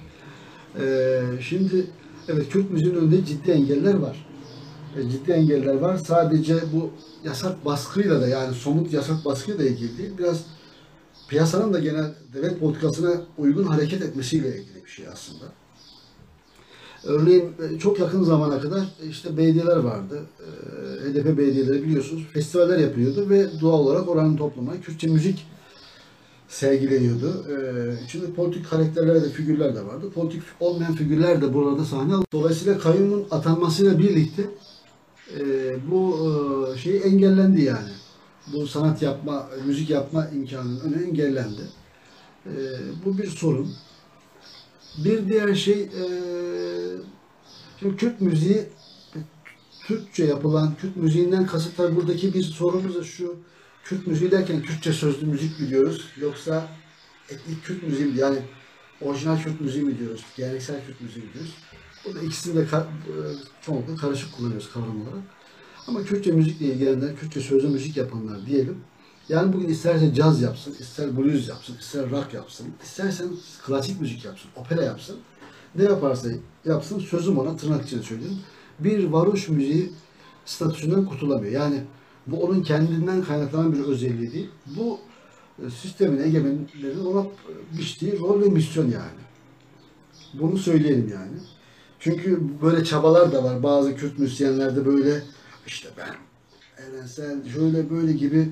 Şimdi evet, Kürt müziğinin önünde ciddi engeller var. Ciddi engeller var. Sadece bu yasak baskıyla da, yani somut yasak baskıyla da ilgili değil. Biraz piyasanın da genel devlet politikasına uygun hareket etmesiyle ilgili bir şey aslında. Örneğin çok yakın zamana kadar işte belediyeler vardı. HDP belediyeleri biliyorsunuz festivaller yapıyordu ve doğal olarak oranın toplumuna Kürtçe müzik sergileniyordu. İçinde politik karakterler de, figürler de vardı. Politik olmayan figürler de burada sahne aldı. Dolayısıyla kayyumun atanmasıyla birlikte bu şey engellendi yani. Bu sanat yapma, müzik yapma imkanının önü engellendi. Bu bir sorun. Bir diğer şey, şimdi Kürt müziği, Türkçe yapılan Kürt müziğinden kasıt, tabii buradaki bir sorunumuz da şu: Kürt müziği derken Kürtçe sözlü müzik mi diyoruz, yoksa etnik Kürt müziği mi, yani orijinal Kürt müziği mi diyoruz, geleneksel Kürt müziği mi diyoruz? Burada ikisini de çoğunlukla karışık kullanıyoruz kavram olarak. Ama Kürtçe müzikle ilgilenenler, Kürtçe sözlü müzik yapanlar diyelim. Yani bugün isterse caz yapsın, ister blues yapsın, ister rock yapsın, istersen klasik müzik yapsın, opera yapsın. Ne yaparsa yapsın, sözüm ona, tırnak içinde söylüyorum, bir varoş müziği statüsünden kurtulamıyor. Yani bu onun kendinden kaynaklanan bir özelliği değil. Bu sistemin, egemenlerin ona biçtiği rol ve misyon yani. Bunu söyleyelim yani. Çünkü böyle çabalar da var. Bazı Kürt müzisyenlerde böyle işte ben evrensel şöyle böyle gibi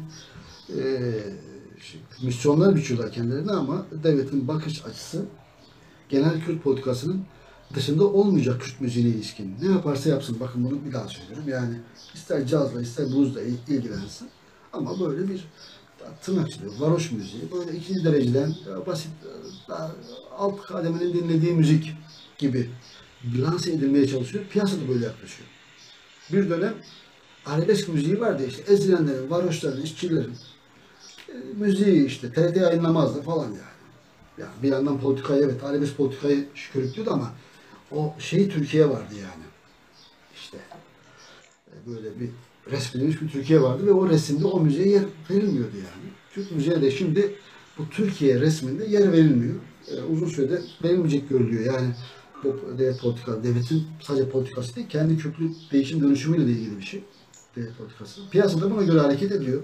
misyonlar biçiyorlar kendilerine, ama devletin bakış açısı genel Kürt politikasının dışında olmayacak Kürt müziğine ilişkin. Ne yaparsa yapsın, bakın bunu bir daha söylüyorum. Yani ister cazla ister bluesla ilgilensin, ama böyle bir tırnak içinde varoş müziği, böyle ikinci dereceden basit, daha alt kademenin dinlediği müzik gibi lanse edilmeye çalışıyor. Piyasada böyle yaklaşıyor. Bir dönem arabesk müziği vardı, işte ezilenlerin, varoşların, işçilerin müziği işte TRT yayınlamazdı falan yani. Yani bir yandan politikayı, evet arabesk politikayı körüklüyordu, ama o şey Türkiye vardı yani. İşte böyle bir resmedilmiş bir Türkiye vardı ve o resimde o müziğe yer verilmiyordu yani. Türk müziğe de şimdi bu Türkiye resminde yer verilmiyor. Uzun sürede verilmeyecek görülüyor. Yani bu devletin sadece politikası değil, kendi köklü değişim dönüşümüyle de ilgili bir şey. Devlet politikası. Piyasada buna göre hareket ediyor.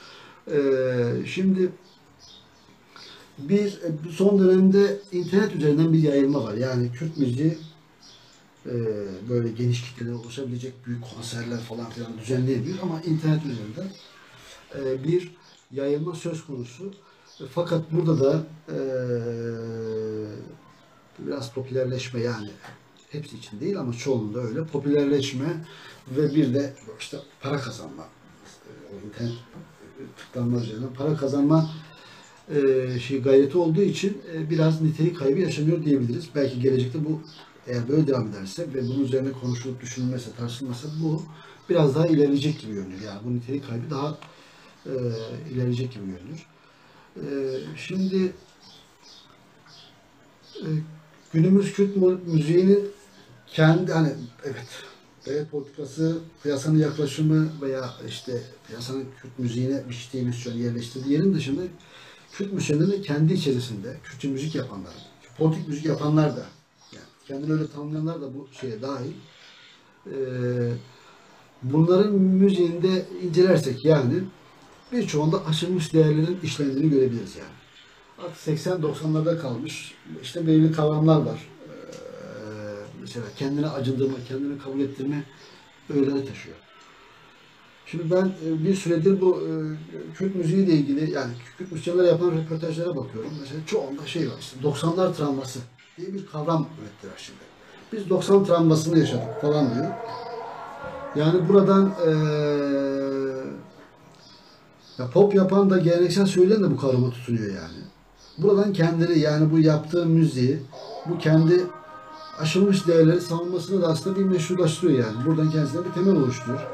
Şimdi son dönemde internet üzerinden bir yayılma var. Yani Kürt müziği böyle geniş kitlelere ulaşabilecek büyük konserler falan filan düzenleyemiyor, ama internet üzerinden bir yayılma söz konusu. Fakat burada da biraz popülerleşme, yani hepsi için değil ama çoğunluğunda öyle popülerleşme ve bir de işte para kazanma, internet tıklanma üzerinden para kazanma gayreti olduğu için biraz nitelik kaybı yaşanıyor diyebiliriz. Belki gelecekte bu, eğer böyle devam ederse ve bunun üzerine konuşulup düşünülmezse, tartışılmazsa, bu biraz daha ilerleyecek gibi görünüyor. Yani bu nitelik kaybı daha ilerleyecek gibi görünüyor. Şimdi günümüz Kürt müziğinin kendi, hani evet, devlet politikası, piyasanın yaklaşımı veya işte piyasanın Kürt müziğine biçtiği misyon, yerleştirdiği yerin dışında Kürt müzisyenlerin kendi içerisinde Kürtçe müzik yapanlar, politik müzik yapanlar da, yani kendini öyle tanımlayanlar da bu şeye dahil. Bunların müziğinde incelersek yani birçoğunda aşılmış değerlerin işlendiğini görebiliriz yani. Artık 80-90'larda kalmış işte belirli kavramlar var. Mesela kendine acındırma, kendini kabul ettirme öğeleri taşıyor. Şimdi ben bir süredir bu Kürt müziğiyle ilgili yani Kürt müzisyenlere yapılan röportajlara bakıyorum. Mesela çoğunda şey var işte 90'lar travması diye bir kavram ürettiler şimdi. Biz 90 travmasını yaşadık falan diyor. Yani buradan ya pop yapan da geleneksel söyleyen de bu kavrama tutunuyor yani. Buradan kendini yani bu yaptığı müziği, bu kendi aşılmış değerleri savunmasını da aslında bir meşrulaştırıyor yani. Buradan kendisine bir temel oluşturuyor.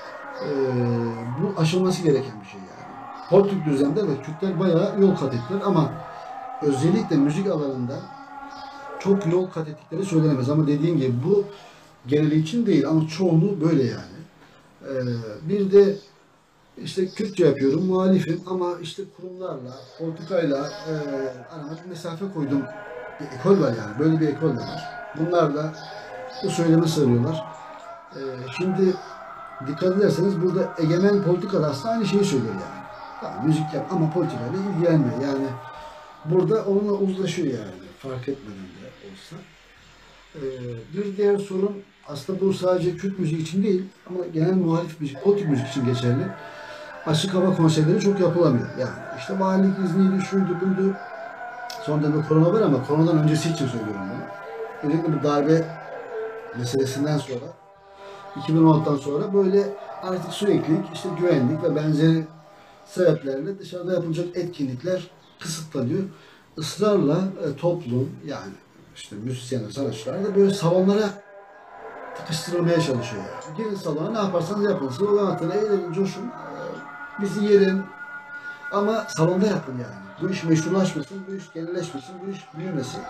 Bu aşılması gereken bir şey yani. Politik düzlemde evet Kürtler bayağı yol kat ettiler ama özellikle müzik alanında çok yol kat ettikleri söylenemez. Ama dediğim gibi bu geneli için değil ama çoğunluğu böyle yani. Bir de işte Kürtçe yapıyorum, muhalifim ama işte kurumlarla, politikayla arama bir mesafe koydum. Bir ekol var yani, böyle bir ekol de var. Bunlar da bu söyleme sarıyorlar. Şimdi dikkat ederseniz burada egemen politika da aslında aynı şeyi söylüyor yani. Tamam, müzik yap ama politikayla ilgilenme. Yani burada onunla uzlaşıyor yani fark etmeden de olsa. Bir diğer sorun aslında bu sadece Kürt müziği için değil ama genel muhalif müzik, politik müzik için geçerli. Açık hava konserleri çok yapılamıyor. Yani işte valilik izniydi, şuydu, buydu. Son dönemde korona var ama koronadan öncesi için söylüyorum bunu. Özellikle bu darbe meselesinden sonra 2016'dan sonra böyle artık süreklilik, işte güvenlik ve benzeri sebeplerle dışarıda yapılacak etkinlikler kısıtlanıyor. Israrla toplum yani işte müzisyenler, sanatçılar da böyle salonlara tıkıştırılmaya çalışıyor yani. Girin salona ne yaparsanız yapın. Slogan atın, eğlenin, coşun. Bizi yerin. Ama salonda yapın yani. Bu iş meşrulaşmasın, bu iş genelleşmesin, bu iş büyümesin.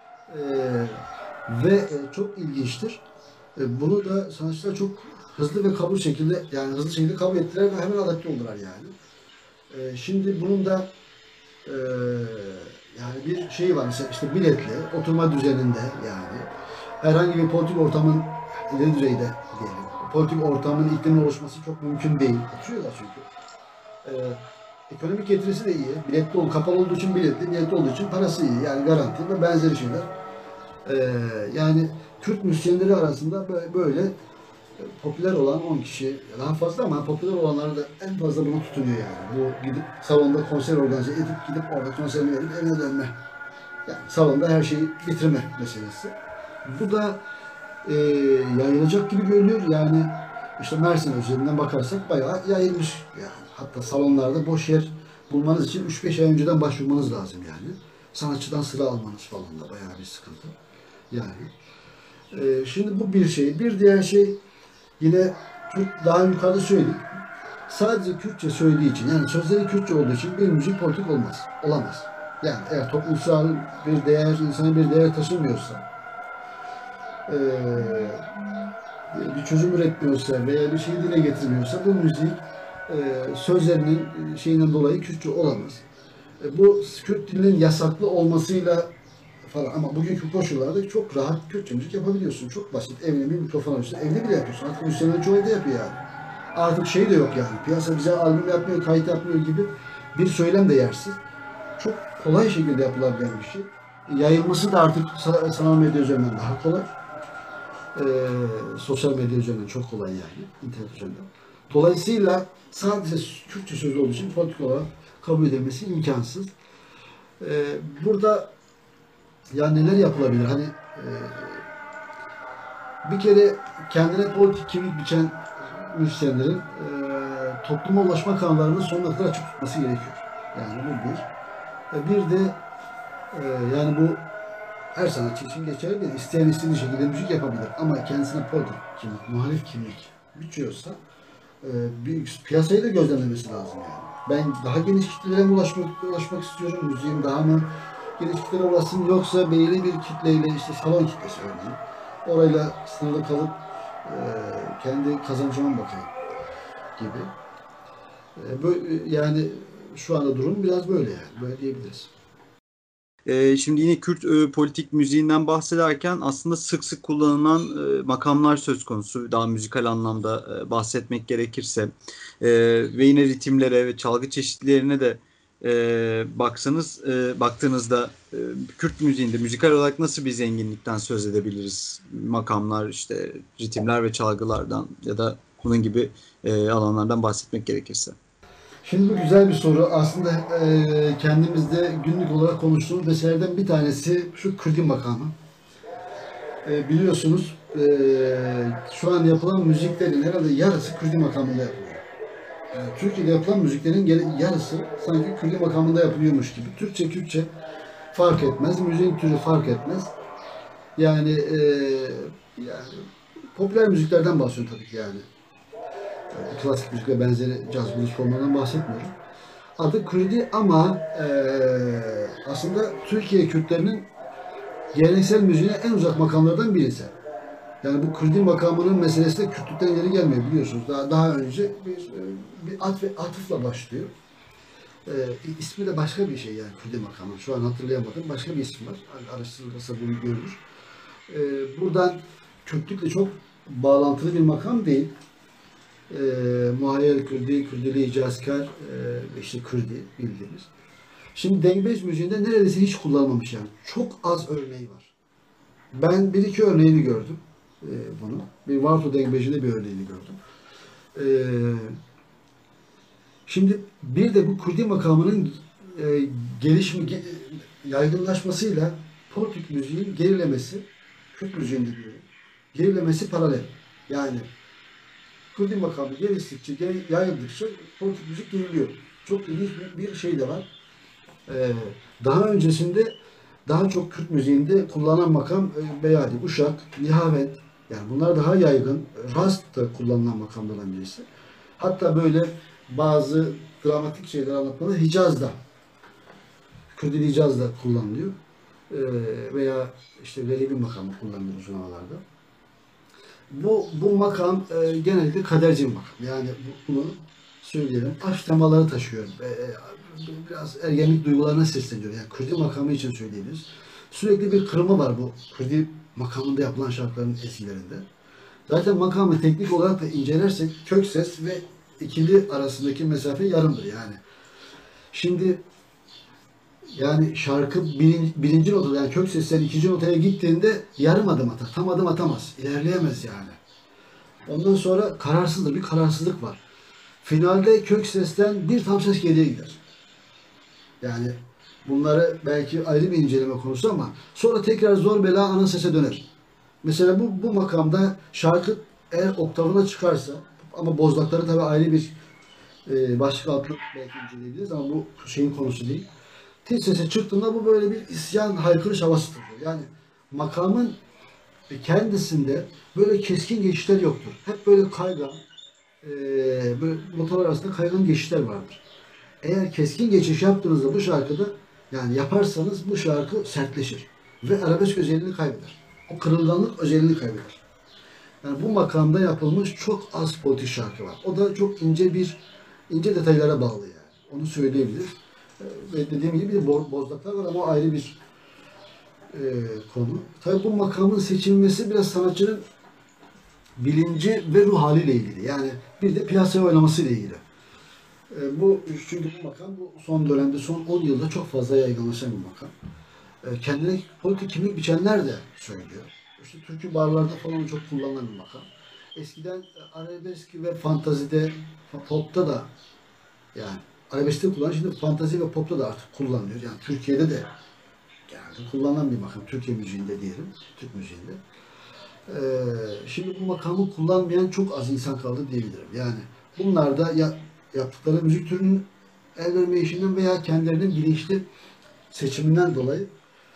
Çok ilginçtir. Bunu da sanatçılar çok hızlı ve kabul şekilde yani hızlı şekilde kabul ettiler ve hemen adapte oldular yani. Şimdi bunun da yani bir şey var mesela işte biletli, oturma düzeninde yani herhangi bir politik ortamın ileri düzeyde diyelim. Politik ortamın iklimin oluşması çok mümkün değil. Oturuyorlar çünkü. Ekonomik getirisi de iyi. Biletli kapalı olduğu için biletli olduğu için parası iyi. Yani garanti ve benzeri şeyler. Yani Kürt müzisyenleri arasında böyle popüler olan 10 kişi, daha fazla ama popüler olanlar da en fazla buna tutunuyor yani. Bu gidip salonda konser organize edip gidip orada konserini verip evine dönme. Yani salonda her şeyi bitirme meselesi. Bu da yayılacak gibi görünüyor. Yani işte Mersin üzerinden bakarsak bayağı yayılmış. Yani hatta salonlarda boş yer bulmanız için 3-5 ay önceden başvurmanız lazım yani. Sanatçıdan sıra almanız falan da bayağı bir sıkıntı. Yani. Şimdi bu bir şey. Bir diğer şey yine daha yukarıda söyledik. Sadece Kürtçe söylediği için yani sözleri Kürtçe olduğu için bir müzik politik olmaz. Olamaz. Yani eğer toplumsal bir değer, insana bir değer taşımıyorsa bir çözüm üretmiyorsa veya bir şeyi dile getirmiyorsa bu müzik sözlerinin şeyinden dolayı Kürtçe olamaz. Bu Kürt dilinin yasaklı olmasıyla falan ama bugünkü koşullarda çok rahat Kürtçe müzik yapabiliyorsun. Çok basit. Evine bir mikrofon açıyorsun. Evde bile yapıyorsun. Artık müzisyenlerin çoğu evde yapıyor yani. Artık şey de yok yani. Piyasa bize albüm yapmıyor, kayıt yapmıyor gibi bir söylem de yersiz. Çok kolay şekilde yapılabilen bir şey. Yayılması da artık sanal medya üzerinden daha kolay. Sosyal medya üzerinden çok kolay yani. İnternet üzerinden. Dolayısıyla sadece Kürtçe sözü olduğu için politik olarak kabul edilmesi imkansız. Burada ya neler yapılabilir? Hani bir kere kendine politik kimlik biçen müzisyenlerin topluma ulaşma kanallarını sonuna kadar açık tutması gerekiyor. Yani bu bir. Bir de yani bu her sanatçı için geçerli değil. İsteyen istediği şekilde müzik yapabilir. Ama kendisine politik kimlik, muhalif kimlik biçiyorsa bir piyasayı da gözlemlemesi lazım yani. Ben daha geniş kitlelere ulaşmak istiyorum. Müziğim daha mı geniş kitlere ulaşsın yoksa belirli bir kitleyle işte salon kitlesi örneğin. Orayla sınırlı kalıp kendi kazancıma bakayım gibi. Yani şu anda durum biraz böyle yani. Böyle diyebiliriz. Şimdi yine Kürt politik müziğinden bahsederken aslında sık sık kullanılan makamlar söz konusu. Daha müzikal anlamda bahsetmek gerekirse. Ve yine ritimlere ve çalgı çeşitlerine de baktığınızda Kürt müziğinde müzikal olarak nasıl bir zenginlikten söz edebiliriz? Makamlar, işte ritimler ve çalgılardan ya da bunun gibi alanlardan bahsetmek gerekirse. Şimdi bu güzel bir soru. Aslında kendimizde günlük olarak konuştuğumuz meselelerden bir tanesi şu Kürdi makamı. Biliyorsunuz şu an yapılan müziklerin herhalde yarısı Kürdi makamında yapılıyor. Yani Türkiye'de yapılan müziklerin yarısı sanki Kürdi makamında yapılıyormuş gibi. Türkçe, Kürtçe fark etmez. Müziğin türü fark etmez. Yani popüler müziklerden bahsediyorum tabii ki yani. Klasik müzik ve benzeri caz blues formlarından bahsetmiyorum. Adı Kürdi ama aslında Türkiye Kürtlerinin geleneksel müziğine en uzak makamlardan birisi. Yani bu Kürdi makamının meselesi de Kürtlükten geri gelmiyor biliyorsunuz. Daha önce bir atıfla başlıyor. İsmi de başka bir şey yani Kürdi makamı. Şu an hatırlayamadım. Başka bir isim var. Araştırılırsa bunu görülür. Buradan Kürtlükle çok bağlantılı bir makam değil. Muhayyel Kürdi, Kürdili icazkar, işte Kürdi bildiğimiz. Şimdi dengbej müziğinde neredeyse hiç kullanılmamış yani. Çok az örneği var. Ben bir iki örneğini gördüm bunu. Bir Varto dengbejinde bir örneğini gördüm. Şimdi bir de bu Kürdi makamının gelişimi, yaygınlaşmasıyla Portük müziğin gerilemesi, Kürt müziğinde diyorum, gerilemesi paralel. Yani Kürdi makamı geliştikçe, yayıldıkça Portük müzik geriliyor. Çok ilginç bir şey de var. Daha öncesinde daha çok Kürt müziğinde kullanılan makam Beyadi, Uşak, Nihavent. Yani bunlar daha yaygın. Rast da kullanılan makamlardan birisi. Hatta böyle bazı dramatik şeyler anlatmada Hicaz'da, Kürdili Hicaz'da kullanılıyor. Veya işte Velibi makamı kullanılıyor uzun havalarda. Bu makam genellikle kaderci bir makam. Yani bunu söyleyelim. Aşk temaları taşıyor. Biraz ergenlik duygularına sesleniyor. Yani Kürdi makamı için söyleyebiliriz. Sürekli bir kırılma var bu Kürdi makamında yapılan şarkıların eskilerinde. Zaten makamı teknik olarak da incelersek kök ses ve ikili arasındaki mesafe yarımdır yani. Şimdi yani şarkı birinci notada yani kök sesten ikinci notaya gittiğinde yarım adım atar. Tam adım atamaz. İlerleyemez yani. Ondan sonra kararsızdır. Bir kararsızlık var. Finalde kök sesten bir tam ses geriye gider. Yani bunları belki ayrı bir inceleme konusu ama sonra tekrar zor bela ana sese döner. Mesela bu makamda şarkı eğer oktavına çıkarsa ama bozdakları tabii ayrı bir başlık altında belki inceleyebiliriz ama bu şeyin konusu değil. Tiz sese çıktığında bu böyle bir isyan, haykırış havası tutuyor. Yani makamın kendisinde böyle keskin geçişler yoktur. Hep böyle kaygan, böyle notalar arasında kaygan geçişler vardır. Eğer keskin geçiş yaptığınızda bu şarkıda yani yaparsanız bu şarkı sertleşir ve arabesk özelliğini kaybeder. O kırılganlık özelliğini kaybeder. Yani bu makamda yapılmış çok az politik şarkı var. O da çok ince detaylara bağlı yani. Onu söyleyebiliriz. Ve dediğim gibi bir de bozdaklar var ama o ayrı bir konu. Tabii bu makamın seçilmesi biraz sanatçının bilinci ve ruh haliyle ilgili. Yani bir de piyasaya oynamasıyla ilgili. Çünkü bu makam bu son dönemde, son 10 yılda çok fazla yaygınlaşan bir makam. Kendine politik kimlik biçenler de söylüyor. İşte türkü barlarda falan çok kullanılan bir makam. Eskiden arabesk ve fantazide, popta da yani arabeskte kullanılan, şimdi fantazi ve popta da artık kullanılıyor. Yani Türkiye'de de genelde kullanılan bir makam. Türkiye müziğinde diyelim, Türk müziğinde. Şimdi bu makamı kullanmayan çok az insan kaldı diyebilirim. Yani bunlar da yaptıkları müzik türünün el verme işinden veya kendilerinin bilinçli seçiminden dolayı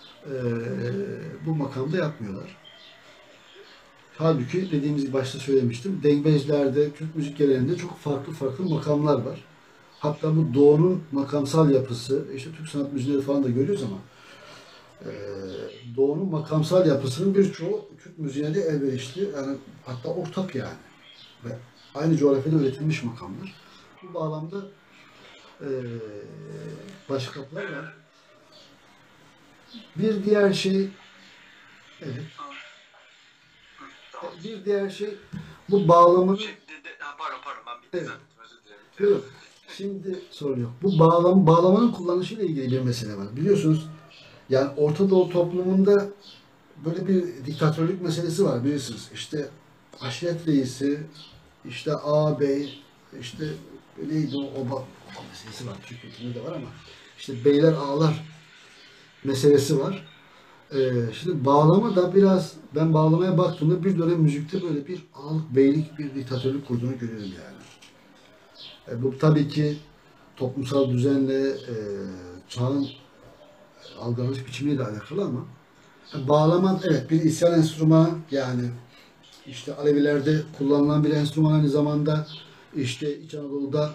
bu makamda yapmıyorlar. Halbuki dediğimiz gibi başta söylemiştim. Dengbejlerde, Türk müzik geleneğinde çok farklı makamlar var. Hatta bu Doğu'nun makamsal yapısı, işte Türk sanat müziğinde falan da görüyoruz ama Doğu'nun makamsal yapısının birçoğu Kürt müziğine de elverişli. Yani hatta ortak yani. Ve aynı coğrafyada üretilmiş makamlar. Bu bağlamda başka kapılar var. Bir diğer şey, evet, Tamam. bir diğer şey bu bağlamın, Pardon ben bir evet, düzelttim, özür dilerim. yok. Şimdi sorun yok. Bu bağlamanın kullanışıyla ilgili bir mesele var. Biliyorsunuz yani Orta Doğu toplumunda böyle bir diktatörlük meselesi var bilirsiniz. İşte aşiret reisi, işte ağabey, işte neydi o oba meselesi var. Türk kültüründe de var ama işte beyler ağalar meselesi var. Şimdi bağlama da biraz, ben bağlamaya baktığımda bir dönem müzikte böyle bir ağalık, beylik, bir diktatörlük kurduğunu görüyorum yani. Bu tabii ki toplumsal düzenle, çağın algılanış biçimiyle alakalı ama bağlama evet bir isyan enstrümanı, yani işte Alevilerde kullanılan bir enstrüman, aynı zamanda işte İç Anadolu'da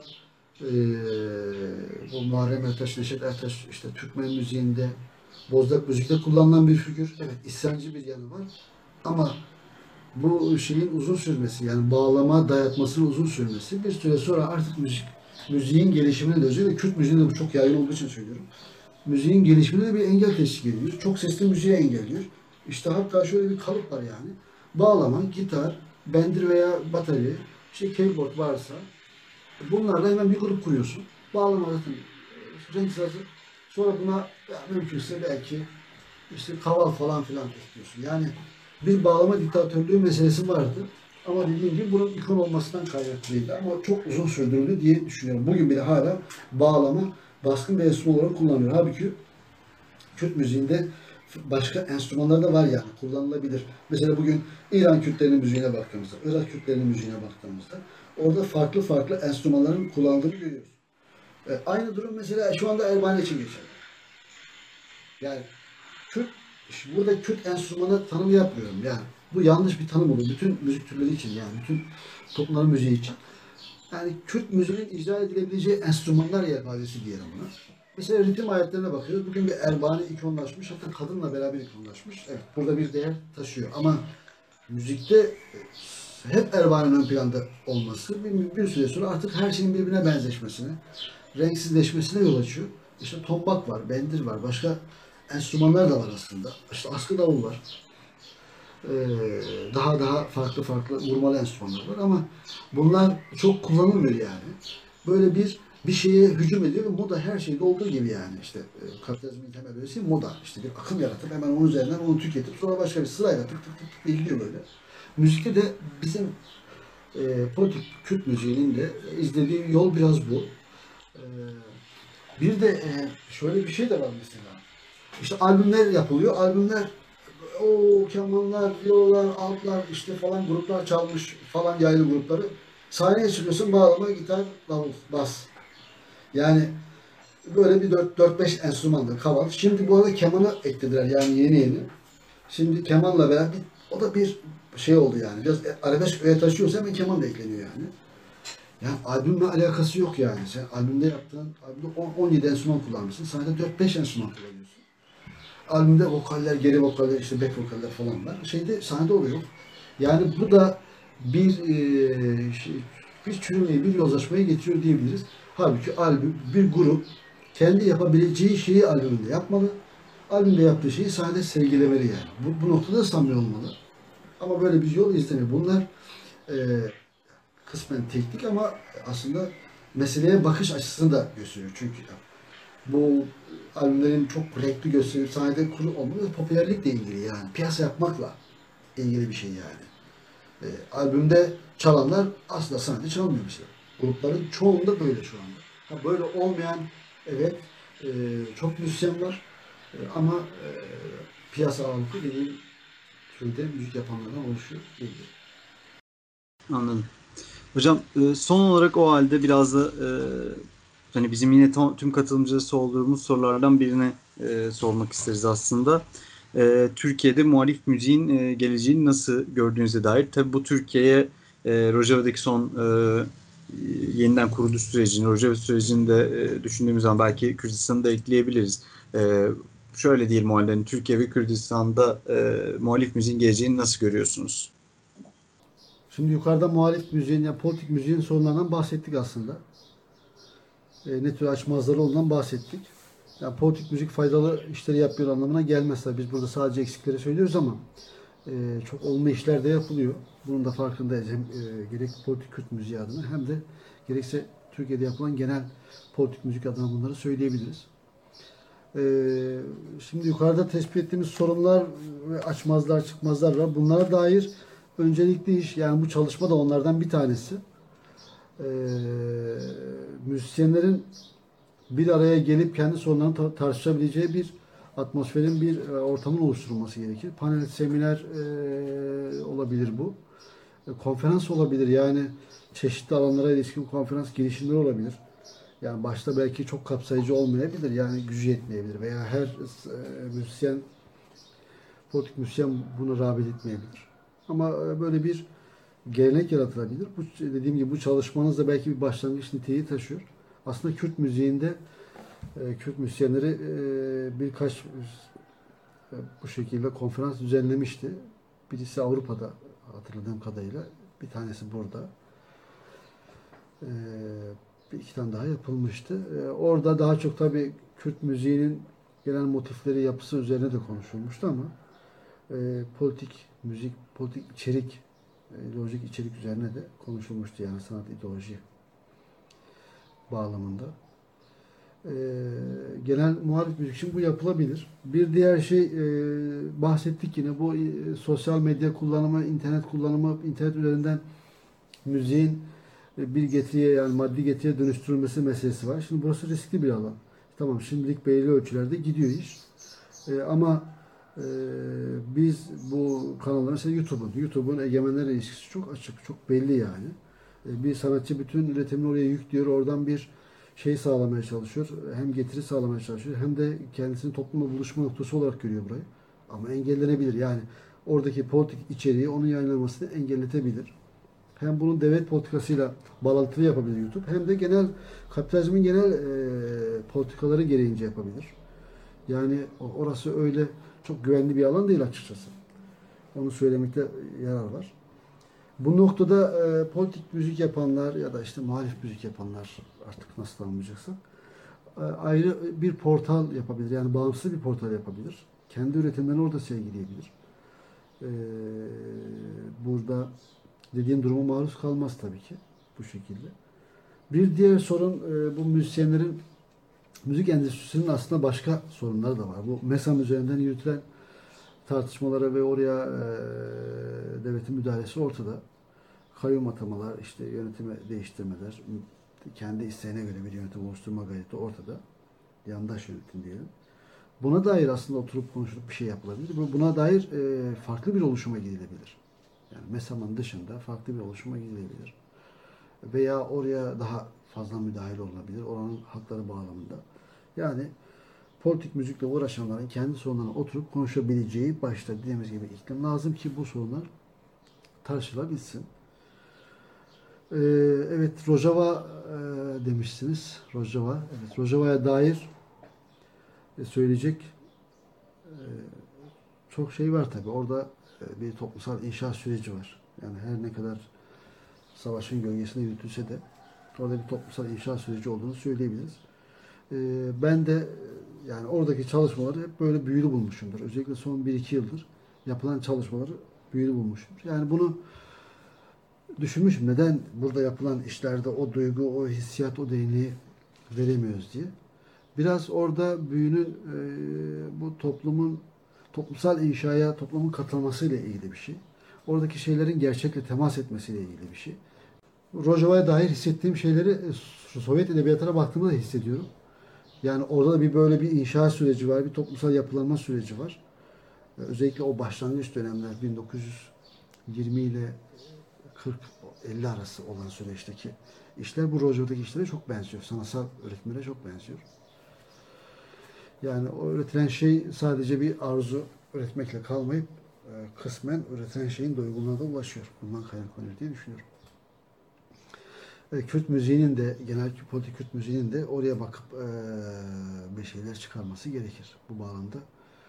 bu Muharrem Ertaş, Neşet Ertaş, işte Türkmen müziğinde, Bozlak müzikte kullanılan bir figür. Evet, isyancı bir yanı var. Ama bu şeyin uzun sürmesi, yani bağlama dayatmasının uzun sürmesi, bir süre sonra artık müziğin gelişimine de, özellikle Kürt müziğinde bu çok yaygın olduğu için söylüyorum. Müziğin gelişimine de bir engel teşkil ediyor. Çok sesli müziğe engelliyor. İşte hatta şöyle bir kalıp var yani. Bağlama, gitar, bendir veya batarya, işte keyboard varsa bunlarla hemen bir grup kuruyorsun. Bağlama zaten renk sazı. Sonra buna ya mümkünse belki işte kaval falan filan ekliyorsun. Yani bir bağlama diktatörlüğü meselesi vardı. Ama dediğim gibi bunun ikon olmasından kaynaklıydı. Ama çok uzun sürdürüldü diye düşünüyorum. Bugün bile hala bağlama baskın bir enstrüman olarak kullanılıyor. Halbuki Kürt müziğinde başka enstrümanlar da var yani, kullanılabilir. Mesela bugün İran Kürtlerinin müziğine baktığımızda, Irak Kürtlerinin müziğine baktığımızda orada farklı farklı enstrümanların kullanıldığını görüyoruz. Aynı durum mesela şu anda Ermani için geçerli. Yani Kürt, burada Kürt enstrümanı tanımı yapmıyorum yani. Bu yanlış bir tanım olur. Bütün müzik türleri için, yani bütün toplumların müziği için. Yani Kürt müziğinin icra edilebileceği enstrümanlar yelpazesi diyelim buna. Mesela ritim aletlerine bakıyoruz. Bugün bir Erbani ikonlaşmış, hatta kadınla beraber ikonlaşmış. Evet, burada bir değer taşıyor. Ama müzikte hep Erbani'nin ön planda olması bir süre sonra artık her şeyin birbirine benzeşmesine, renksizleşmesine yol açıyor. İşte tombak var, bendir var, başka enstrümanlar da var aslında. İşte askı davul var. Daha farklı farklı vurmalı enstrümanlar var ama bunlar çok kullanılmıyor yani. Böyle bir şeye hücum ediyor ve moda her şeyde olduğu gibi yani, işte kapitalizmin temel öğesi moda. İşte bir akım yaratıp hemen onun üzerinden onu tüketip sonra başka bir sırayla tık tık tık tık gidiyor böyle. Müzikte de bizim politik Kürt müziğinin de izlediği yol biraz bu. E, Bir de şöyle bir şey de var mesela. İşte albümler yapılıyor. Albümler o kemanlar, violalar, altlar işte falan gruplar çalmış falan, yaylı grupları. Sahneye çıkıyorsun, bağlama, gitar, davul, bas. Yani böyle bir 4-5 enstrümanla kaval. Şimdi bu arada kemanı eklediler yani yeni. Şimdi kemanla beraber o da bir şey oldu yani. Biraz arabesk öğe taşıyorsa hemen keman da ekleniyor yani. Yani albümle alakası yok yani. Sen albümde yaptığın, albümde 17 enstrüman kullanmışsın. Sahnede 4-5 enstrüman kullanıyorsun. Albümde vokaller, geri vokaller, işte back vokaller falan var. Şeyde sahnede oluyor. Yani bu da bir çürümeye, bir yozlaşmaya getiriyor diyebiliriz. Halbuki albüm, bir grup kendi yapabileceği şeyi albümünde yapmalı. Albümde yaptığı şeyi sahnede sergilemeli yani. Bu noktada samimi olmalı. Ama böyle bir yol izlemiyor. Bunlar e, kısmen teknik ama aslında meseleye bakış açısını da gösteriyor. Çünkü bu albümlerin çok renkli gösterip sahnede kuru olmalı, popülerlikle ilgili yani. Piyasa yapmakla ilgili bir şey yani. Albümde çalanlar aslında sahnede çalmıyor mesela. Grupların çoğunda böyle şu anda. Ha, böyle olmayan, evet, çok müzisyen var. Ama piyasa ağırlıklı dediğim türde müzik yapanlardan oluşuyor diyebilirim. Anladım. Hocam son olarak o halde biraz da hani bizim yine tüm katılımcıları sorduğumuz sorulardan birine sormak isteriz aslında. Türkiye'de muhalif müziğin geleceğini nasıl gördüğünüze dair. Tabii bu Türkiye'ye Rojava'daki son yeniden kuruluş sürecini, Rojava sürecini de düşündüğümüz zaman belki Kürdistan'ı da ekleyebiliriz. Şöyle diyelim o halde, hani Türkiye ve Kürdistan'da muhalif müziğin geleceğini nasıl görüyorsunuz? Şimdi yukarıda muhalif müziğin, yani politik müziğin sorunlarından bahsettik aslında. Ne tür açmazları olduğundan bahsettik. Yani politik müzik faydalı işleri yapıyor anlamına gelmez. Tabii biz burada sadece eksikleri söylüyoruz ama çok olumlu işler de yapılıyor. Bunun da farkındayız. Hem gerek politik Kürt müziği adına hem de gerekse Türkiye'de yapılan genel politik müzik adına bunları söyleyebiliriz. Şimdi yukarıda tespit ettiğimiz sorunlar ve açmazlar, çıkmazlar var. Bunlara dair öncelikli iş, yani bu çalışma da onlardan bir tanesi. Müzisyenlerin bir araya gelip kendi sorunlarını tartışabileceği bir atmosferin, bir ortamın oluşturulması gerekir. Panel, seminer olabilir bu. Konferans olabilir, yani çeşitli alanlara ilişkin konferans girişimleri olabilir. Yani başta belki çok kapsayıcı olmayabilir, yani gücü yetmeyebilir veya her müzisyen, politik müzisyen buna rağbet etmeyebilir. Ama böyle bir gelenek yaratılabilir. Bu, dediğim gibi bu çalışmanız da belki bir başlangıç niteliği taşıyor. Aslında Kürt müziğinde Kürt müzisyenleri birkaç bu şekilde konferans düzenlemişti. Birisi Avrupa'da hatırladığım kadarıyla. Bir tanesi burada. Bir iki tane daha yapılmıştı. Orada daha çok tabii Kürt müziğinin genel motifleri, yapısı üzerine de konuşulmuştu ama politik müzik, politik içerik, ideolojik içerik üzerine de konuşulmuştu, yani sanat ideoloji bağlamında. Genel muhalif müzik için bu yapılabilir. Bir diğer şey, bahsettik yine, bu sosyal medya kullanımı, internet kullanımı, internet üzerinden müziğin bir getiriye, yani maddi getiriye dönüştürülmesi meselesi var. Şimdi burası riskli bir alan. Tamam, şimdilik belirli ölçülerde gidiyor iş. Ama biz bu kanalların, işte YouTube'un egemenlerle ilişkisi çok açık, çok belli yani. Bir sanatçı bütün üretimini oraya yüklüyor, oradan bir şey sağlamaya çalışıyor. Hem getiri sağlamaya çalışıyor hem de kendisini toplumla buluşma noktası olarak görüyor burayı. Ama engellenebilir. Yani oradaki politik içeriği onun yayınlamasını engelletebilir. Hem bunun devlet politikasıyla bağlantılı yapabilir YouTube, hem de genel kapitalizmin genel politikaları gereğince yapabilir. Yani orası öyle çok güvenli bir alan değil açıkçası. Onu söylemekte yarar var. Bu noktada politik müzik yapanlar ya da işte muhalif müzik yapanlar, artık nasıl tanımlayacaksak, ayrı bir portal yapabilir. Yani bağımsız bir portal yapabilir. Kendi üretimlerini orada sergileyebilir. Burada dediğim duruma maruz kalmaz tabii ki bu şekilde. Bir diğer sorun, bu müzisyenlerin, müzik endüstrisinin aslında başka sorunları da var. Bu MESAM üzerinden yürütülen tartışmalara ve oraya devletin müdahalesi ortada. Kayyum atamalar, işte yönetimi değiştirmeler, kendi isteğine göre bir yönetim oluşturma gayreti ortada. Yandaş yönetim diyelim. Buna dair aslında oturup konuşulup bir şey yapılabilir. Buna dair farklı bir oluşuma gidilebilir. Yani MESAM'ın dışında farklı bir oluşuma gidilebilir. Veya oraya daha fazla müdahale olunabilir. Oranın hakları bağlamında. Yani politik müzikle uğraşanların kendi sorunlarına oturup konuşabileceği, başta dediğimiz gibi iklim lazım ki bu sorunlar tartışılabilsin. Evet, Rojava demişsiniz. Rojava. Evet, Rojava'ya dair söyleyecek çok şey var tabii. Orada bir toplumsal inşaat süreci var. Yani her ne kadar savaşın gölgesinde yürütülse de orada bir toplumsal inşaat süreci olduğunu söyleyebiliriz. Ben de yani oradaki çalışmaları hep böyle büyülü bulmuşumdur. Özellikle son 1-2 yıldır yapılan çalışmaları büyülü bulmuşumdur. Yani bunu düşünmüşüm. Neden burada yapılan işlerde o duygu, o hissiyat, o derinliği veremiyoruz diye. Biraz orada büyünün bu toplumsal inşaya toplumun katılmasıyla ilgili bir şey. Oradaki şeylerin gerçekle temas etmesiyle ilgili bir şey. Rojava'ya dair hissettiğim şeyleri Sovyet edebiyatına baktığımda da hissediyorum. Yani orada da böyle bir inşaat süreci var, bir toplumsal yapılanma süreci var. Özellikle o başlangıç dönemler 1920 ile 40-50 arası olan süreçteki işler bu Rojava'daki işlere çok benziyor. Sanatsal üretimlere çok benziyor. Yani o üretilen şey sadece bir arzu üretmekle kalmayıp kısmen üretilen şeyin doygunluğuna da ulaşıyor. Bundan kaynaklanıyor diye düşünüyorum. Kürt müziğinin de, genel politik Kürt müziğinin de oraya bakıp bir şeyler çıkarması gerekir. Bu bağlamda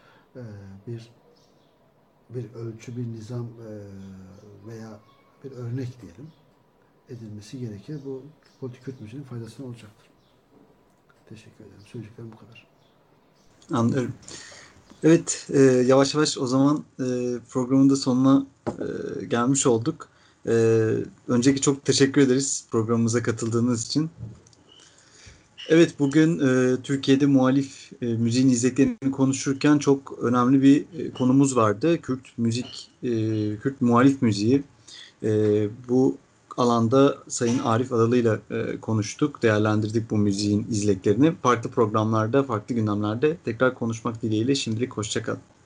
bir ölçü, bir nizam veya bir örnek diyelim edilmesi gerekir. Bu politik Kürt müziğinin faydasına olacaktır. Teşekkür ederim. Söyleyeceklerim bu kadar. Anlıyorum. Evet, yavaş yavaş o zaman programın da sonuna gelmiş olduk. E, Önceki çok teşekkür ederiz programımıza katıldığınız için. Evet, bugün Türkiye'de muhalif müziğin izleklerini konuşurken çok önemli bir konumuz vardı. Kürt muhalif müziği. Bu alanda Sayın Arif Adalı ile konuştuk, değerlendirdik bu müziğin izleklerini. Farklı programlarda, farklı gündemlerde tekrar konuşmak dileğiyle şimdilik hoşça kalın.